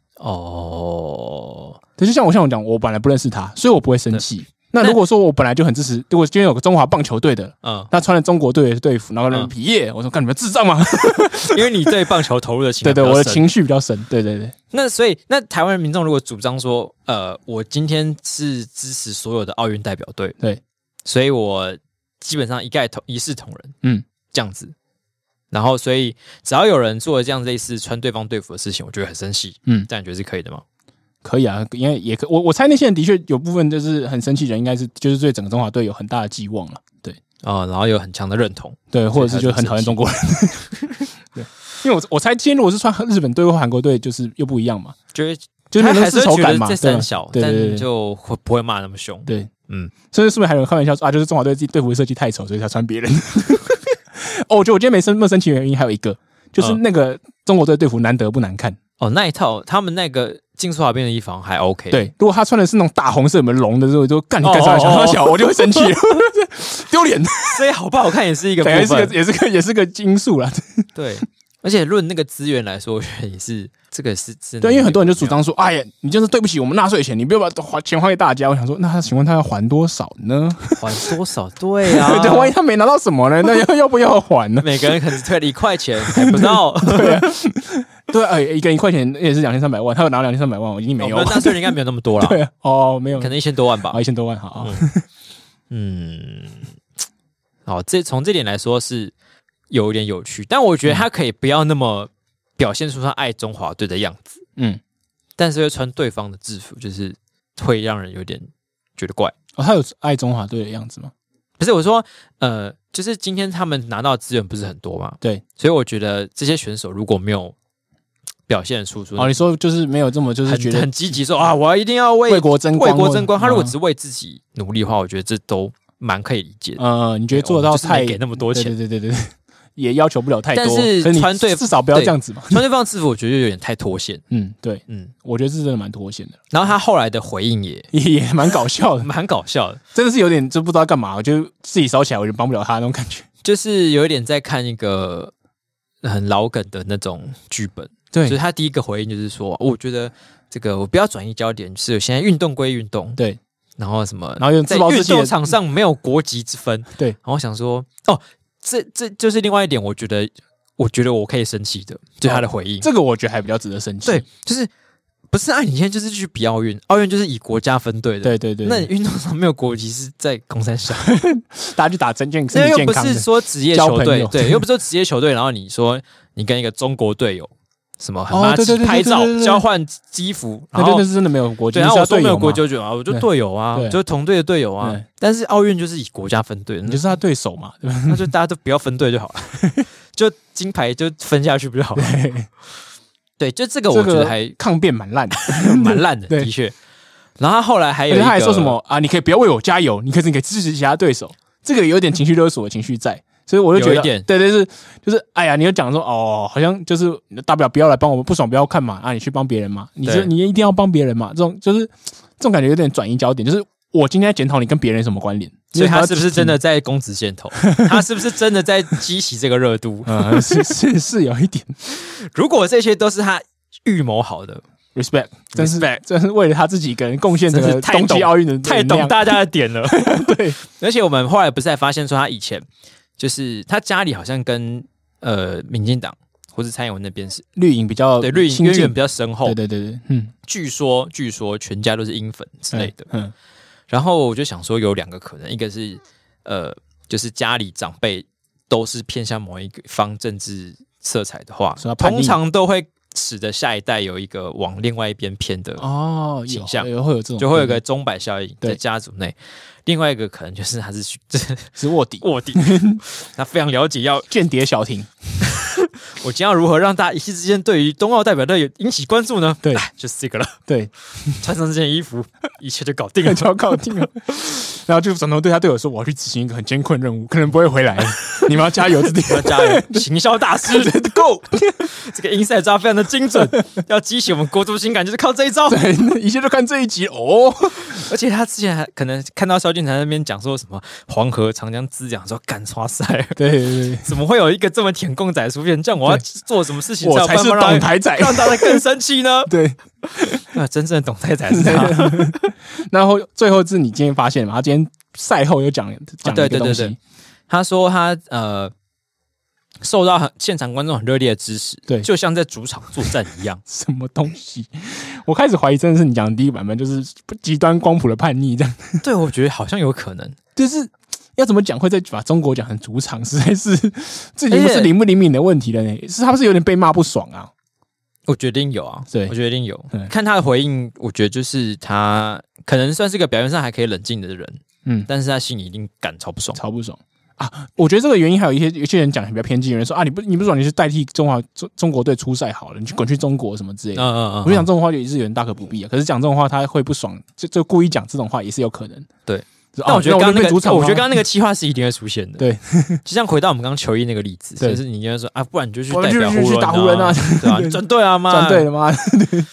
B: 对，就像我讲，我本来不认识他，所以我不会生气。那如果说我本来就很支持，如果今天有个中华棒球队的，他穿了中国队的队服，然后人皮耶，我说干你们智障吗？
A: 因为你对棒球投入的情绪，
B: 对，我的情绪比较深，对。
A: 那所以，那台湾民众如果主张说，我今天是支持所有的奥运代表队，
B: 对，
A: 所以我基本上一视同仁，这样子。然后，所以只要有人做了这样类似穿对方队服的事情，我觉得很生气。这样你觉得是可以的吗？
B: 可以啊，因为也可我猜那些人的确有部分就是很生气的人，应该是就是对整个中华队有很大的寄望了，对
A: 然后有很强的认同，
B: 对，或者是就很讨厌中国人，对，因为我猜今天如果是穿日本队或韩国队，就是又不一样嘛，
A: 就是
B: 那个世仇感嘛，
A: 在三小，但就不会骂那么凶，
B: 对，甚至是不是还有人开玩笑说啊，就是中华队自己队服设计太丑，所以才穿别人。我觉得我今天没那么生气的原因还有一个，就是那个中国队队服难得不难看。
A: 那一套他们那个竞速滑冰的衣服还 OK。对，
B: 如果他穿的是那种大红色有没有龙的时候，就干你干啥小，我就会生气，丢脸。
A: 所以好不好看也是一个部分，
B: 也是个因素啦。对，
A: 而且论那个资源来说，我觉得也是这个是真的。
B: 对，因为很多人就主张说，哎呀，你就是对不起我们纳税钱，你不要把钱还给大家。我想说，那请问他要还多少呢？
A: 还多少？对啊，
B: 对，万一他没拿到什么呢？那要不要还呢？
A: 每个人可能退了1块钱，还不到。
B: 对啊。对，一个人1块钱也是2300万，他有拿2300万，我已经没有。
A: 纳税人应该没有那么多啦。
B: 对没有，
A: 可能1000多万吧。
B: 1000多万，好。
A: 好，从这点来说是有一点有趣，但我觉得他可以不要那么表现出他爱中华队的样子。但是会穿对方的制服，就是会让人有点觉得怪。
B: 他有爱中华队的样子吗？
A: 不是，我说就是今天他们拿到的资源不是很多嘛？
B: 对，
A: 所以我觉得这些选手如果没有表现出
B: 你说就是没有这么就是觉得
A: 很积极说啊，我一定要为
B: 国争光，
A: 他如果只为自己努力的话，我觉得这都蛮可以理解
B: 的。你觉得做得到太
A: 给那么多钱？
B: 对，也要求不了太多。
A: 但是团队
B: 至少不要这样子嘛。
A: 团队放制服，我觉得有点太脱线。
B: 对，我觉得是真的蛮脱线的。
A: 然后他后来的回应
B: 也蛮搞笑的，
A: 蛮搞笑的，
B: 真的是有点就不知道干嘛，我就自己烧起来，我就帮不了他那种感觉。
A: 就是有一点在看一个很老梗的那种剧本。
B: 对，
A: 所以他第一个回应就是说，我觉得这个我不要转移焦点，就是现在运动归运动，
B: 对，
A: 然后什么，
B: 然后
A: 在运动场上没有国籍之分，
B: 对，
A: 然后想说，这就是另外一点，我觉得我可以生气的，就是他的回应，
B: 这个我觉得还比较值得生气，
A: 对，就是不是你现在就是去比奥运就是以国家分队的，
B: 对，
A: 那你运动场没有国籍是在公山小，
B: 大家去打真健康，
A: 又不是说职业球队，对，又不是说职业球队，然后你说你跟一个中国队友。什么很麻吉拍照交换基服，然后
B: 那是真的没有国籍，
A: 然后我说没有国籍就我就队友啊，就是同队的队友啊。但是奥运就是以国家分队，
B: 你就是他对手嘛，对吧？
A: 那就大家都不要分队就好了，就金牌就分下去不就好了？对，就这个我觉得还
B: 抗辩蛮烂的，
A: 蛮烂的，的确。然后他后来还有，
B: 他还说什么啊？你可以不要为我加油，你可以支持其他对手，这个有点情绪勒索的情绪在。所以我就觉得，对，就是，哎呀，你就讲说，好像就是大不了不要来帮我们，不爽不要看嘛，你去帮别人嘛，你一定要帮别人嘛，这种感觉有点转移焦点，就是我今天在检讨你跟别人有什么关联，
A: 所以他是不是真的在攻直线头？他是不是真的在激起这个热度？
B: 是有一点。
A: 如果这些都是他预谋好的。
B: respect， 真是为了他自己一个人贡献这个冬季奥运的，
A: 太懂大家的点了。
B: 对，
A: 而且我们后来不是还发现说，他以前就是他家里好像跟民进党或是蔡英文那边是
B: 绿营比较
A: 对绿营渊源比较深厚。
B: 对，
A: 据说全家都是英粉之类的。然后我就想说有两个可能，一个是就是家里长辈都是偏向某一方政治色彩的话，通常都会。使得下一代有一个往另外一边偏的倾向，
B: 会有这种，
A: 就会有一个钟摆效应在家族内。另外一个可能就是他
B: 是卧底，
A: 他非常了解要
B: 间谍小婷。
A: 我将要如何让大家一夕之间对于冬奥代表队引起关注呢？
B: 对，
A: 就是这个了。
B: 对，
A: 穿上这件衣服，一切就搞定了，
B: 就要搞定了。然后就转头对他队友说：“我要去执行一个很艰困任务，可能不会回来，你们要加油，自己
A: 要加油。”行销大师 ，Go！ 这个 inside 招非常的精准，要激起我们国足情感，就是靠这一招。
B: 对，一切都看这一集哦。
A: 而且他之前还可能看到萧敬腾那边讲说什么黄河、长江滋养，说干刷赛。
B: 对，
A: 怎么会有一个这么舔共仔出现？这样我要做什么事情
B: 我才是懂台仔，
A: 让大家更生气呢？
B: 对，
A: 真正的懂台仔是他。
B: 然后最后是你今天发现嘛？他今天赛后有讲一个东西，
A: 他说他受到现场观众很热烈的支持，
B: 对，
A: 就像在主场作战一样。
B: 什么东西？我开始怀疑，真的是你讲的第一个版本，就是极端光谱的叛逆这样。
A: 对，我觉得好像有可能，
B: 就是要怎么讲会再把中国讲成主场，实在是这已经不是灵不灵敏的问题了呢？是他不是有点被骂不爽啊？
A: 我决定有啊，
B: 对，
A: 我决定有。看他的回应，我觉得就是他可能算是个表面上还可以冷静的人，但是他心里一定感超不爽，
B: 超不爽。啊，我觉得这个原因还有有些人讲比较偏激，有人说啊，你不爽，你是代替中国队出赛好了，你去滚去中国什么之类的。我就讲这种话也是有人大可不必啊。可是讲这种话他会不爽，就故意讲这种话也是有可能。
A: 对，但我觉得刚刚那个企划是一定会出现的。
B: 对，
A: 就像回到我们刚刚球衣那个例子，就是你应该说啊，不然你就去代表
B: 去打湖人啊，
A: 对吧？转队啊妈，
B: 转队了吗？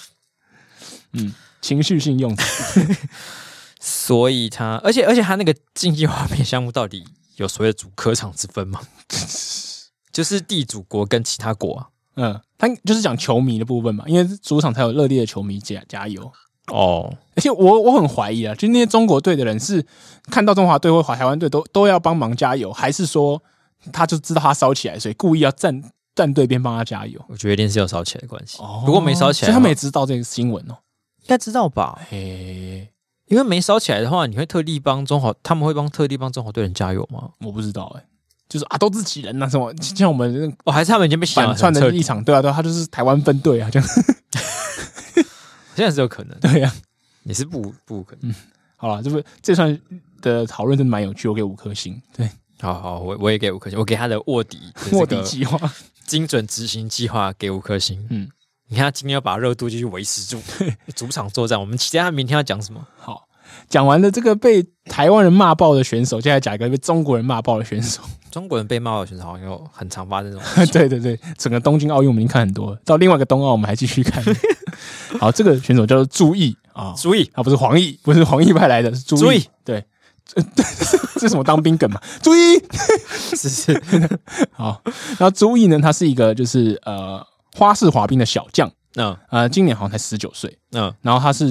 B: 情绪性用词。
A: 所以他，而且他那个竞技画面项目到底有所谓的主客场之分吗？就是地主国跟其他国啊。
B: 他就是讲球迷的部分嘛，因为主场才有热烈的球迷加油哦。而且我很怀疑啊，就是那些中国队的人是看到中华队或台湾队都要帮忙加油，还是说他就知道他烧起来，所以故意要站对边帮他加油？
A: 我觉得一定是有烧起来的关系。如果没烧起来，
B: 所以他们也知道这个新闻哦，
A: 应该知道吧？因为没烧起来的话，你会他们会帮特地帮中华队人加油吗？
B: 我不知道就是啊，都自己人啊，什么像我们
A: 还是他们已经被
B: 反串的立场，对啊，他就是台湾分队啊，这样。
A: 现在是有可能，
B: 对啊，
A: 也是不可能。
B: 好了，这算的讨论真的蛮有趣，我给5颗星。对，
A: 好，我也给5颗星，我给他的卧底
B: 计划
A: 精准执行计划给5颗星。你看他今天要把热度继续维持住，主场作战，我们期待他明天要讲什么。
B: 好，讲完了这个被台湾人骂爆的选手，接下来讲一个被中国人骂爆的选手。
A: 中国人被骂爆的选手好像有很常发生这种事
B: 情。对，整个东京奥运我们已经看很多了，到另外一个冬奥我们还继续看。好，这个选手叫做朱毅啊，
A: 朱毅
B: 不是黄奕，不是黄奕派来的，是朱毅。对，这是什么当兵梗嘛？朱毅
A: 是
B: 好，然后朱毅呢，他是一个就是花式滑冰的小将。今年好像才19岁。然后他是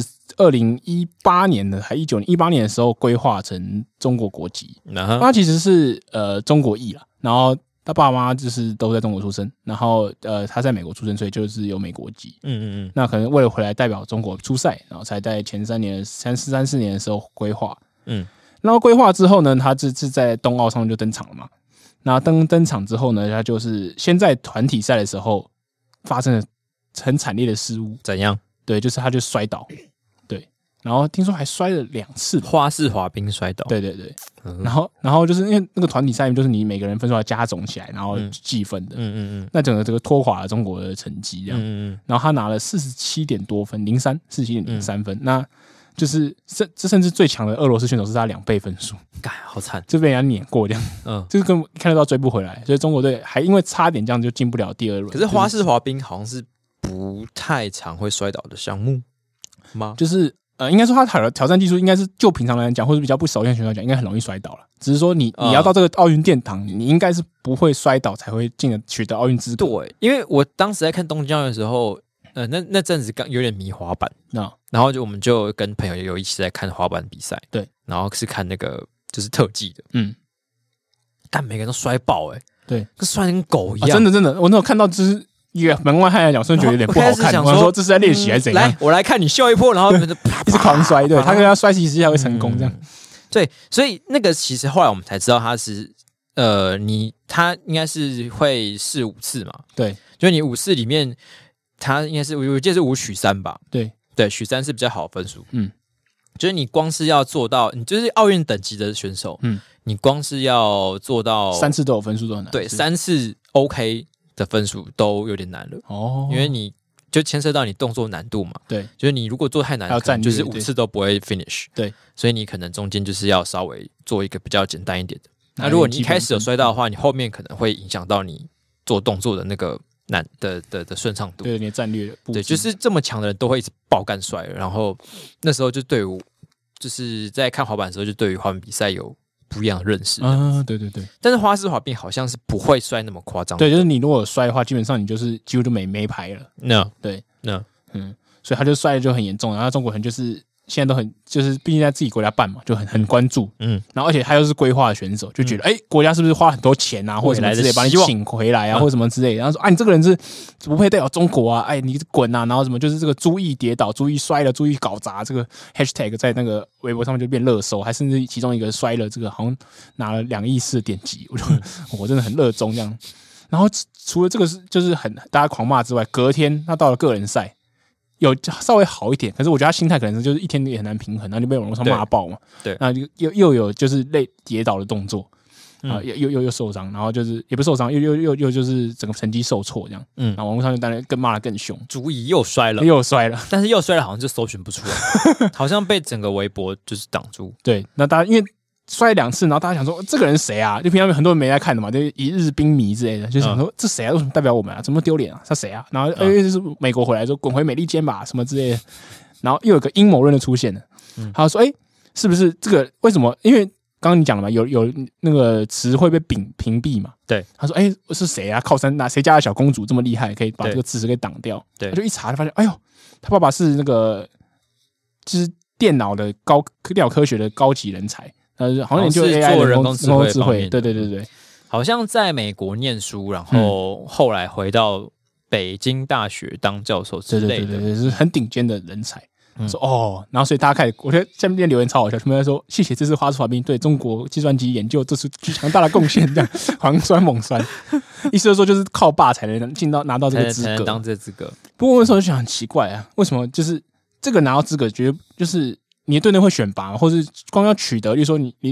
B: 2018年的还19年18年的时候规划成中国国籍。他其实是中国裔啦，然后他爸妈就是都在中国出生，然后他在美国出生，所以就是有美国籍。那可能为了回来代表中国出赛，然后才在前3年3-4年的时候规划。然后规划之后呢，他是在冬奥上就登场了嘛。那登场之后呢，他就是先在团体赛的时候发生了很惨烈的失误。
A: 怎样？
B: 对，就是他就摔倒。对，然后听说还摔了2次，
A: 花式滑冰摔倒。
B: 对，然后就是因为那个团体赛就是你每个人分数要加总起来，然后计分的。那整个这个拖垮了中国的成绩，这样。然后他拿了47点多分，47.03分。那就是这甚至最强的俄罗斯选手是他2倍分数，
A: 好惨，
B: 就被人家碾过这样。就是跟看得到追不回来，所以中国队还因为差点这样就进不了第2轮。
A: 可是花式滑冰好像是不太常会摔倒的项目吗？
B: 就是应该说他挑战技术应该是就平常来讲，或者比较不熟悉的选手讲，应该很容易摔倒了。只是说你要到这个奥运殿堂，你应该是不会摔倒才会取得奥运资格。
A: 对，因为我当时在看东京奥运的时候。那阵子刚有点迷滑板，然后我们就跟朋友有一起在看滑板比赛，
B: 对，
A: 然后是看那个就是特技的，但每个人都摔爆，
B: 对，
A: 跟摔跟狗一样，
B: 真的，我那时候看到就是一个门外汉来讲，甚至觉得有点不好看，我说这是在练习还是怎样？
A: 来，我来看你秀一波，然后
B: 一直狂摔，对，他跟他摔其实才会成功这样。
A: 对，所以那个其实后来我们才知道他是他应该是会试5次嘛，
B: 对，
A: 就你5次里面。他应该是我记得是5取3吧？
B: 对，
A: 取3是比较好的分数。就是你光是要做到，你就是奥运等级的选手，你光是要做到
B: 3次都有分数都很难。
A: 对，3次 OK 的分数都有点难了。因为你就牵涉到你动作难度嘛。
B: 对，
A: 就是你如果做太难，就是5次都不会 finish。
B: 对，
A: 所以你可能中间就是要稍微做一个比较简单一点的。那如果你一开始有摔到的话，你后面可能会影响到你做动作的那个。难的顺畅度，
B: 对你的战略布置，
A: 对，就是这么强的人都会一直爆干摔，然后那时候就对我就是在看滑板的时候，就对于滑板比赛有不一样的认识
B: 对，
A: 但是花式滑冰好像是不会摔那么夸张，
B: 对，就是你如果摔的话，基本上你就是几乎就没牌了。对，所以他就摔的就很严重，然后中国人就是现在都很就是毕竟在自己国家办嘛，就很关注，然后而且他又是规划的选手，就觉得国家是不是花很多钱啊，或者什么之类把你请回来啊，或者什么之类，然后说你这个人是不配代表中国啊，你滚啊，然后什么就是这个朱毅跌倒，朱毅摔了，朱毅搞砸，这个 hashtag 在那个微博上面就变热搜，还甚至其中一个摔了这个好像拿了2亿次的点击，我真的很热衷这样。然后除了这个是就是很大家狂骂之外，隔天他到了个人赛。有稍微好一点，可是我觉得他心态可能是就是一天也很难平衡，然后就被网络上骂爆嘛。
A: 对，
B: 那又有就是类跌倒的动作又受伤，然后就是也不受伤，又就是整个成绩受挫这样。然后网络上就当然更骂得更凶。
A: 朱毅又摔了，但是又摔了，好像就搜寻不出来，好像被整个微博就是挡住。
B: 对，那大家因为摔2次，然后大家想说这个人谁啊？就平常很多人没在看的嘛，就一日冰迷之类的，就想说这谁啊？为什么代表我们啊？怎么丢脸啊？他谁啊？然后就是美国回来说滚回美利坚吧什么之类的，然后又有个阴谋论的出现了。他说是不是这个为什么？因为刚刚你讲了嘛，有那个词会被屏蔽嘛？
A: 对，
B: 他说是谁啊？靠山谁家的小公主这么厉害，可以把这个词给挡掉？对，他就一查就发现，他爸爸是那个就是电脑科学的高级人才。好像就 AI
A: 做人工
B: 智慧，对，
A: 好像在美国念书，然后后来回到北京大学当教授之类的，
B: 对，是很顶尖的人才。说然后所以大家开始，我觉得下面留言超好笑，他们在说谢谢这次花式滑冰对中国计算机研究做出强大的贡献，这样狂酸猛酸，意思就是说就是靠爸才能拿到这个资格，
A: 才能当这个资格。
B: 不过那时候就想很奇怪啊，为什么就是这个拿到资格，觉得就是。你的队内会选拔，或是光要取得，例如说你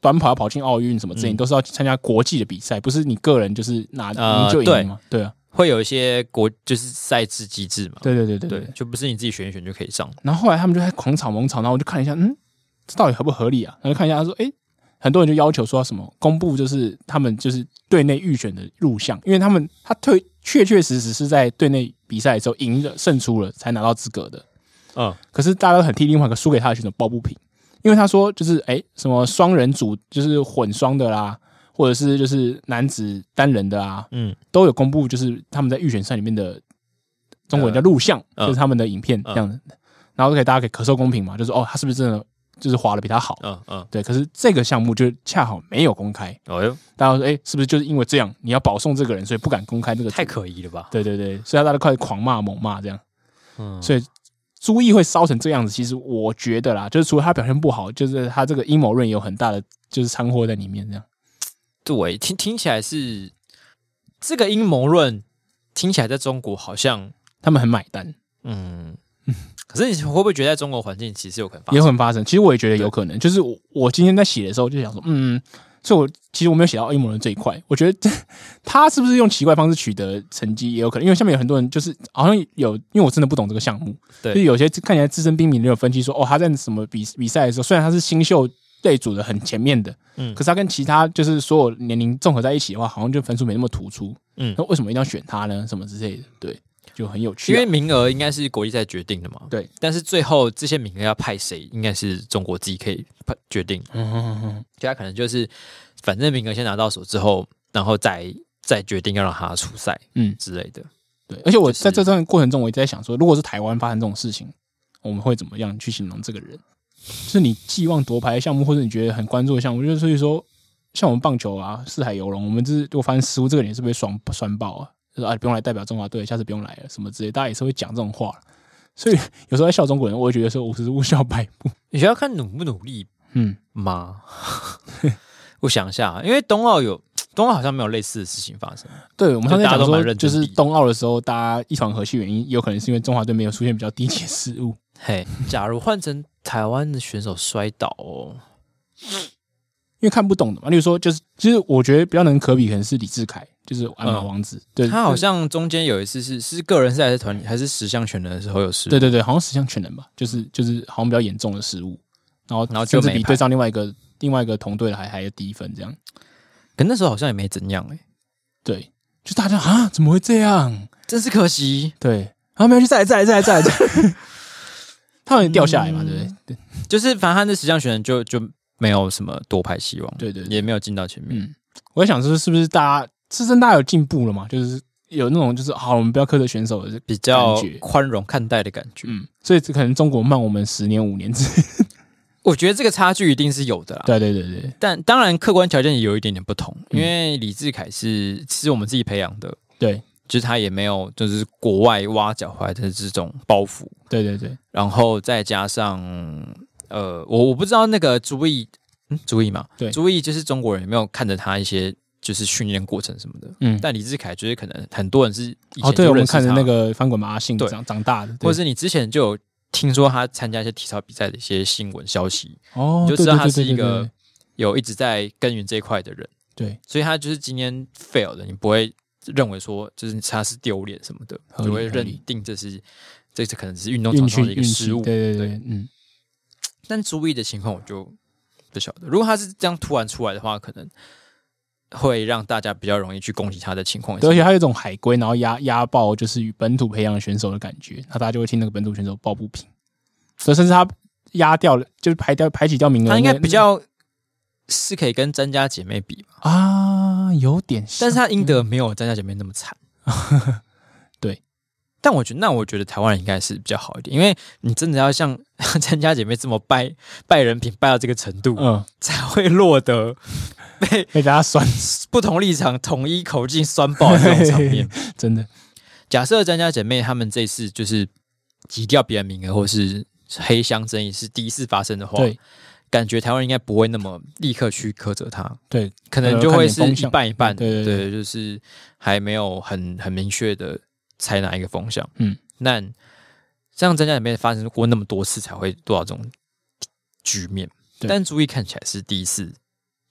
B: 短跑要跑进奥运什么之类，你都是要参加国际的比赛，不是你个人就是拿赢就赢嘛？对啊，
A: 会有一些就是赛制机制嘛。
B: 对，
A: 就不是你自己选一选就可以上。
B: 然后后来他们就在狂吵猛吵，然后我就看一下，这到底合不合理啊？然后就看一下，他说，很多人就要求说什么公布就是他们就是队内预选的录像，因为他确实是在队内比赛的时候赢了胜出了才拿到资格的。可是大家都很替另外一个输给他的选手抱不平，因为他说就是什么双人组就是混双的啦，或者是就是男子单人的啊，都有公布就是他们在预选赛里面的中国人叫录像，就是他们的影片这样子，然后大家可以可受公平嘛，就是他是不是真的就是滑的比他好？对。可是这个项目就恰好没有公开。大家说是不是就是因为这样你要保送这个人，所以不敢公开这个？
A: 太可疑了吧？
B: 对，所以大家都开始狂骂猛骂这样。所以朱毅会烧成这样子，其实我觉得啦，就是除了他表现不好，就是他这个阴谋论有很大的就是掺和在里面这样。
A: 对，听起来是这个阴谋论，听起来在中国好像
B: 他们很买单。
A: 可是你会不会觉得在中国环境其实有可能发生？
B: 也有可能发生。其实我也觉得有可能。就是我今天在写的时候就想说，所以其实我没有写到阴谋论这一块。我觉得他是不是用奇怪方式取得成绩也有可能，因为下面有很多人就是好像因为我真的不懂这个项目，
A: 对，
B: 就是有些看起来资深兵迷都有分析说，他在什么比赛的时候，虽然他是新秀类组的很前面的，可是他跟其他就是所有年龄综合在一起的话，好像就分数没那么突出。那为什么一定要选他呢？什么之类的，对。就很有趣，
A: 因为名额应该是国际赛决定的嘛。
B: 对，
A: 但是最后这些名额要派谁，应该是中国自己可以决定。就他可能就是反正名额先拿到手之后，然后再决定要让他出赛，之类的。
B: 对，而且我在这段过程中，我一直在想说，如果是台湾发生这种事情，我们会怎么样去形容这个人？就是你寄望夺牌的项目，或者你觉得很关注的项目，就是所以说，像我们棒球啊、四海游龙，我们如果发生失误，这个人是不是酸爆啊？就是不用来代表中华队，下次不用来了，什么之类，大家也是会讲这种话。所以有时候在笑中国人，我会觉得说五十步笑百步。
A: 你需要看努不努力，吗？我想一下，因为冬奥好像没有类似的事情发生。
B: 对，我们上次讲说，就是冬奥的时候，大家一团和气，原因有可能是因为中华队没有出现比较低级的失误。
A: 假如换成台湾的选手摔倒
B: 因为看不懂的嘛，例如说，其实我觉得比较能可比，可能是李志凯。就是鞍马王子，对，
A: 他好像中间有一次是个人赛还是团还是十项全能的时候有失误，
B: 对，好像十项全能吧，就是好像比较严重的失误，然后甚至比对上另外一个同队的还要低分这样，
A: 可那时候好像也没怎样
B: 对，就大家怎么会这样，
A: 真是可惜，
B: 对，没有去再来，他们掉下来嘛，对不对？对，
A: 就是反正他那十项全能就没有什么夺牌希望，
B: 对，
A: 也没有进到前面，
B: 我在想是不是大家有进步了嘛？就是有那种就是好，我们不要苛责选手的
A: 比较宽容看待的感觉。
B: 所以可能中国慢我们10年5年
A: 我觉得这个差距一定是有的啦。
B: 对。但
A: 当然客观条件也有一点点不同，因为李志凯是我们自己培养的，
B: 对，
A: 就是他也没有就是国外挖角回来的这种包袱。
B: 对。
A: 然后再加上我不知道那个朱毅嘛，对，朱毅就是中国人有没有看着他一些。就是训练过程什么的，但李志凯就是可能很多人是以前
B: 对，我们看着那个翻滚马信长大的，
A: 或者是你之前就有听说他参加一些体操比赛的一些新闻消息，你就知道他是一个有一直在耕耘这一块的人，
B: 对，
A: 所以他就是今天 fail 的，你不会认为说就是他是丢脸什么的，就会认定这可能是运动场上的一个失误，
B: 对，
A: 但朱毅的情况我就不晓得，如果他是这样突然出来的话，可能。会让大家比较容易去攻击他的情况，
B: 对，而且他有一种海归，然后压爆就是与本土培养的选手的感觉，那大家就会听那个本土选手抱不平，所以甚至他压掉了，就是排挤掉名额，
A: 他应该比较是可以跟詹家姐妹比
B: 吧？有点像，
A: 但是他赢得没有詹家姐妹那么惨，
B: 对。
A: 但我觉得台湾人应该是比较好一点，因为你真的要像詹家姐妹这么败人品败到这个程度，才会落得。
B: 被大家酸，
A: 不同立场统一口径酸爆的这种场面，
B: 真的。
A: 假设詹家姐妹他们这次就是挤掉别人名额，或是黑箱争议是第一次发生的话，对，感觉台湾应该不会那么立刻去苛责他，
B: 对，
A: 可能就会是一半一半，
B: 对，
A: 就是还没有很明确的猜哪一个风向，那像詹家姐妹发生过那么多次才会做到这种局面，但朱毅看起来是第一次。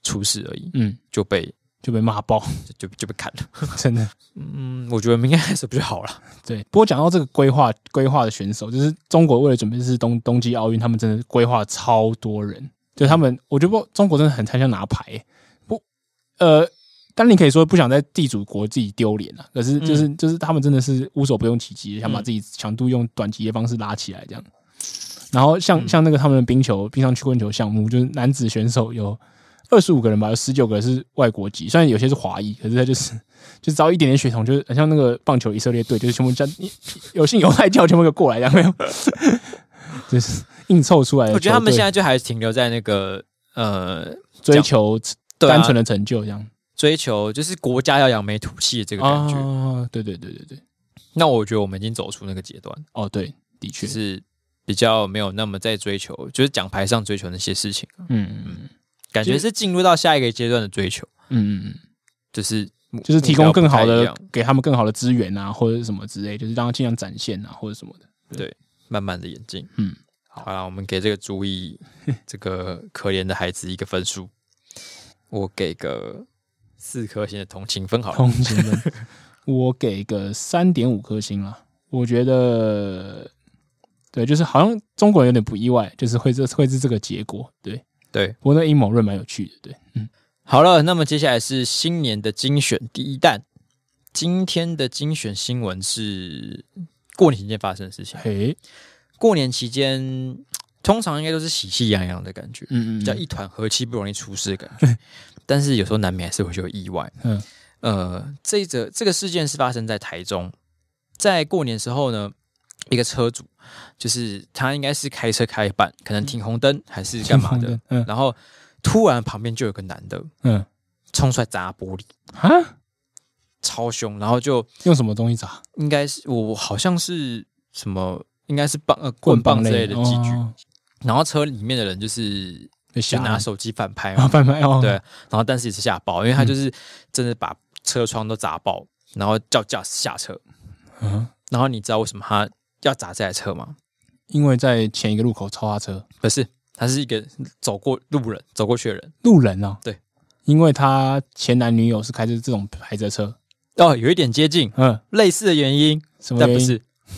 A: 出事而已，就被
B: 骂爆，
A: 就被砍了，
B: 真的。
A: 我觉得明天开始不就好了？
B: 对，不过讲到这个规划的选手，就是中国为了准备这次冬季奥运，他们真的规划超多人，就他们，我觉得中国真的很想拿牌，当然你可以说不想在地主国自己丢脸啊，可是就是他们真的是无所不用其极，想把自己强度用短期的方式拉起来这样。然后像那个他们的冰上曲棍球项目，就是男子选手有25个人吧，有19个是外国籍，虽然有些是华裔，可是他就只要一点点血统，就是很像那个棒球以色列队，就是全部有信犹太教全部过来，这样没有，就是硬凑出来的。
A: 我觉得他们现在就还停留在那个
B: 追求单纯的成就这样。
A: 追求就是国家要扬眉吐气的这个感觉，
B: 对。
A: 那我觉得我们已经走出那个阶段。
B: 对，的确
A: 是比较没有那么在追求，就是奖牌上追求那些事情。感觉是进入到下一个阶段的追求。就是
B: 提供更好的，给他们更好的资源啊，或者是什么之类，就是让他尽量展现啊，或者什么的。
A: 对，慢慢的演进。好啦，我们给这个朱毅这个可怜的孩子一个分数，我给个4颗星的同情分好了。
B: 同情分，我给个3.5颗星啦。我觉得，对，就是好像中国人有点不意外，就是会是这个结果。对。不过那阴谋论蛮有趣的，对。
A: 好了，那么接下来是新年的精选第一弹。今天的精选新闻是过年期间发生的事情。过年期间通常应该都是喜气洋洋的感觉，比较一团和气，不容易出事的感觉。但是有时候难免还是会有意外。这个事件是发生在台中，在过年时候呢，一个车主就是他应该是开车开一半，可能停红灯还是干嘛的，然后突然旁边就有个男的，冲出来砸玻璃，超凶，然后就
B: 用什么东西砸？
A: 应该是我好像是什么，应该是棍棒之类的器具，然后车里面的人就是拿手机反拍嘛，对，然后但是也是吓爆，因为他就是真的把车窗都砸爆，然后叫驾驶下车。然后你知道为什么他要砸这台车吗？
B: 因为在前一个路口超他车，
A: 不是，他是一个走过去的人，
B: 路人啊，
A: 对，因
B: 为他前男女友是开着这种牌子的车，
A: 有一点接近，类似的原因，
B: 什么原因？
A: 但不是。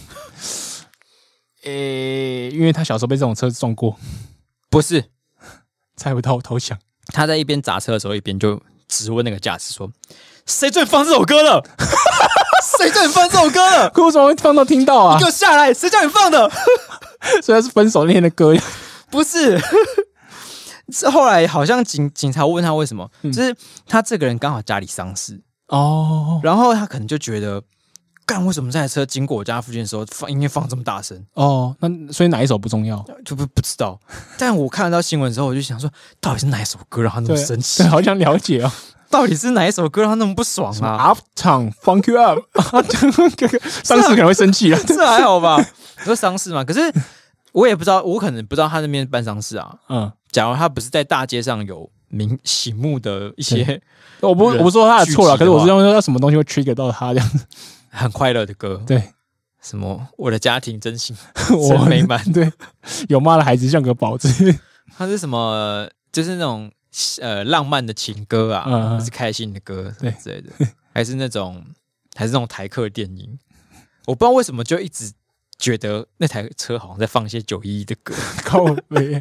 B: 因为他小时候被这种车撞过，
A: 不是，
B: 猜不到，投降。
A: 他在一边砸车的时候，一边就质问那个驾驶说：“谁叫你放这首歌了？谁叫你放这首歌了？
B: 可为什么会放到听到啊？
A: 你给我下来！谁叫你放的？”
B: 所以他是分手那天的歌，
A: 不是。后来好像警察问他为什么，就是他这个人刚好家里丧事然后他可能就觉得。为什么这台车经过我家附近的时候音乐放这么大声？
B: 那所以哪一首不重要？
A: 就不知道。但我看到新闻之后，我就想说，到底是哪一首歌让他那么生气？
B: 对，好想了解
A: 到底是哪一首歌让他那么不爽啊
B: ？Uptown Funk You Up， 丧事可能会生气了，
A: 这还好吧？你说丧事嘛？可是我也不知道，我可能不知道他那边办丧事啊。假如他不是在大街上有醒目的一些，
B: 我不说他的错了，可是我是用他什么东西会 trigger 到他这样子。
A: 很快乐的歌，
B: 对，
A: 什么我的家庭真幸
B: 真
A: 美满，
B: 对，有妈的孩子像个宝子，
A: 它是什么？就是那种浪漫的情歌啊，还是开心的歌之类的，还是那种台客电影？我不知道为什么就一直觉得那台车好像在放一些911的歌，
B: 靠北。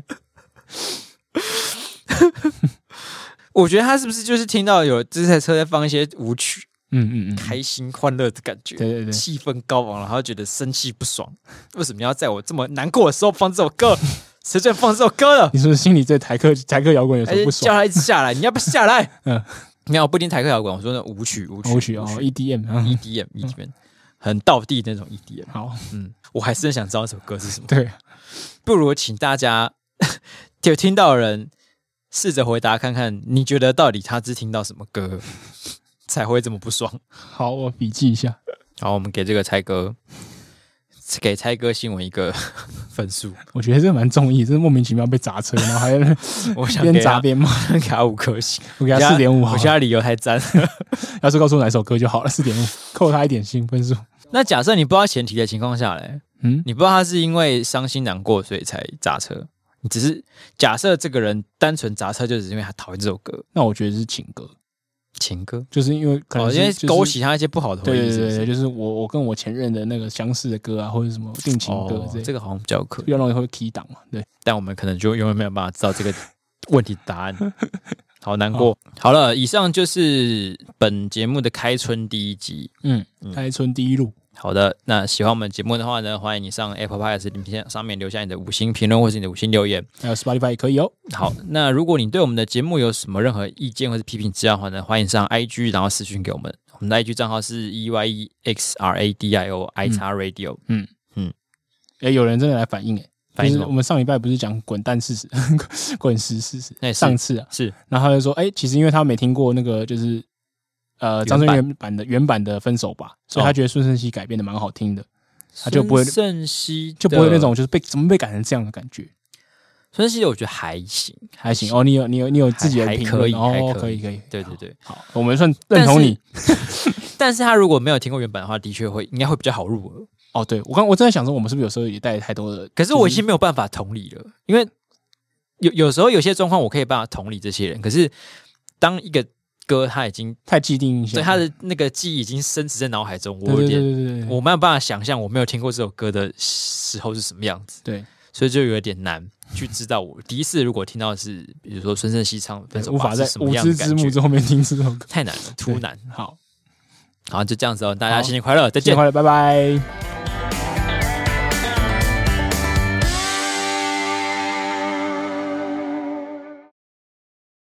A: 我觉得他是不是就是听到有这台车在放一些舞曲？开心欢乐的感觉，
B: 对，
A: 气氛高昂，然后觉得生气不爽。为什么要在我这么难过的时候放这首歌？谁叫你放这首歌了？
B: 你是不是心里对台客摇滚有什么不爽？
A: 叫他一直下来，你要不要下来？没有，不一定台客摇滚，我说那舞曲，EDM，很道地那种 EDM。
B: 好，
A: 我还是很想知道这首歌是什么。
B: 对，
A: 不如请大家有听到的人试着回答看看，你觉得到底他是听到什么歌？才会这么不爽。
B: 好，我笔记一下。
A: 好，我们给这个猜歌新闻一个分数。
B: 我觉得这蛮中意，真是莫名其妙被砸车，然后还
A: 我想
B: 边砸边骂，
A: 给他5颗星，
B: 我给他4.5。
A: 我现在理由太赞，
B: 要是告诉我哪首歌就好了，4.5，扣他1点星分数。
A: 那假设你不知道前提的情况下嘞，你不知道他是因为伤心难过所以才砸车， 你只是假设这个人单纯砸车，就只是因为他讨厌这首歌。
B: 那我觉得是情歌。
A: 情歌
B: 就是因为可能
A: 因为勾起他一些不好的回忆，
B: 对，就是我跟我前任的那个相似的歌啊，或者什么定情歌之类，
A: 这个好像比较可能，
B: 比较容易会 key 档嘛，对。
A: 但我们可能就永远没有办法知道这个问题答案，好难过。好了，以上就是本节目的开春第一集，
B: 开春第一路。
A: 好的，那喜欢我们节目的话呢，欢迎你上 Apple Podcast 上面留下你的5星评论或是你的5星留言，
B: 还有 Spotify 也可以哦。
A: 好，那如果你对我们的节目有什么任何意见或是批评指教的话呢，欢迎上 IG 然后私讯给我们，我们的 IG 账号是 EYEXRADIO iXradio。
B: 有人真的来反映
A: 反映
B: 就是我们上礼拜不是讲滚蛋事实、滚石事实，上次啊
A: 是，
B: 然后他就说，其实因为他没听过那个就是张震岳原版的分手吧，所以他觉得孙盛希改编的蛮好听的，他就不会
A: 孙盛希
B: 就不会那种就是怎么被改成这样的感觉。
A: 孙盛希我觉得还行
B: 哦，你有自己的评论
A: 哦，
B: 可以，
A: 对，
B: 好，我们算认同你。
A: 但是他如果没有听过原版的话，的确应该会比较好入耳。
B: 哦，对，我真的想说，我们是不是有时候也带太多的？
A: 可是我已经没有办法同理了，因为有时候有些状况我可以办法同理这些人，可是当一个歌他已经
B: 太既定印象，
A: 对他的那个记忆已经深植在脑海中，我有点我没有办法想象我没有听过这首歌的时候是什么样子，
B: 对，
A: 所以就有点难去知道我第一次如果听到的是比如说孙盛希唱分手吧，
B: 无法在无知之幕之后面听这首歌，
A: 太难了，突难。
B: 好，
A: 就这样子哦，大家新年快乐，再见，
B: 新年快乐，拜拜。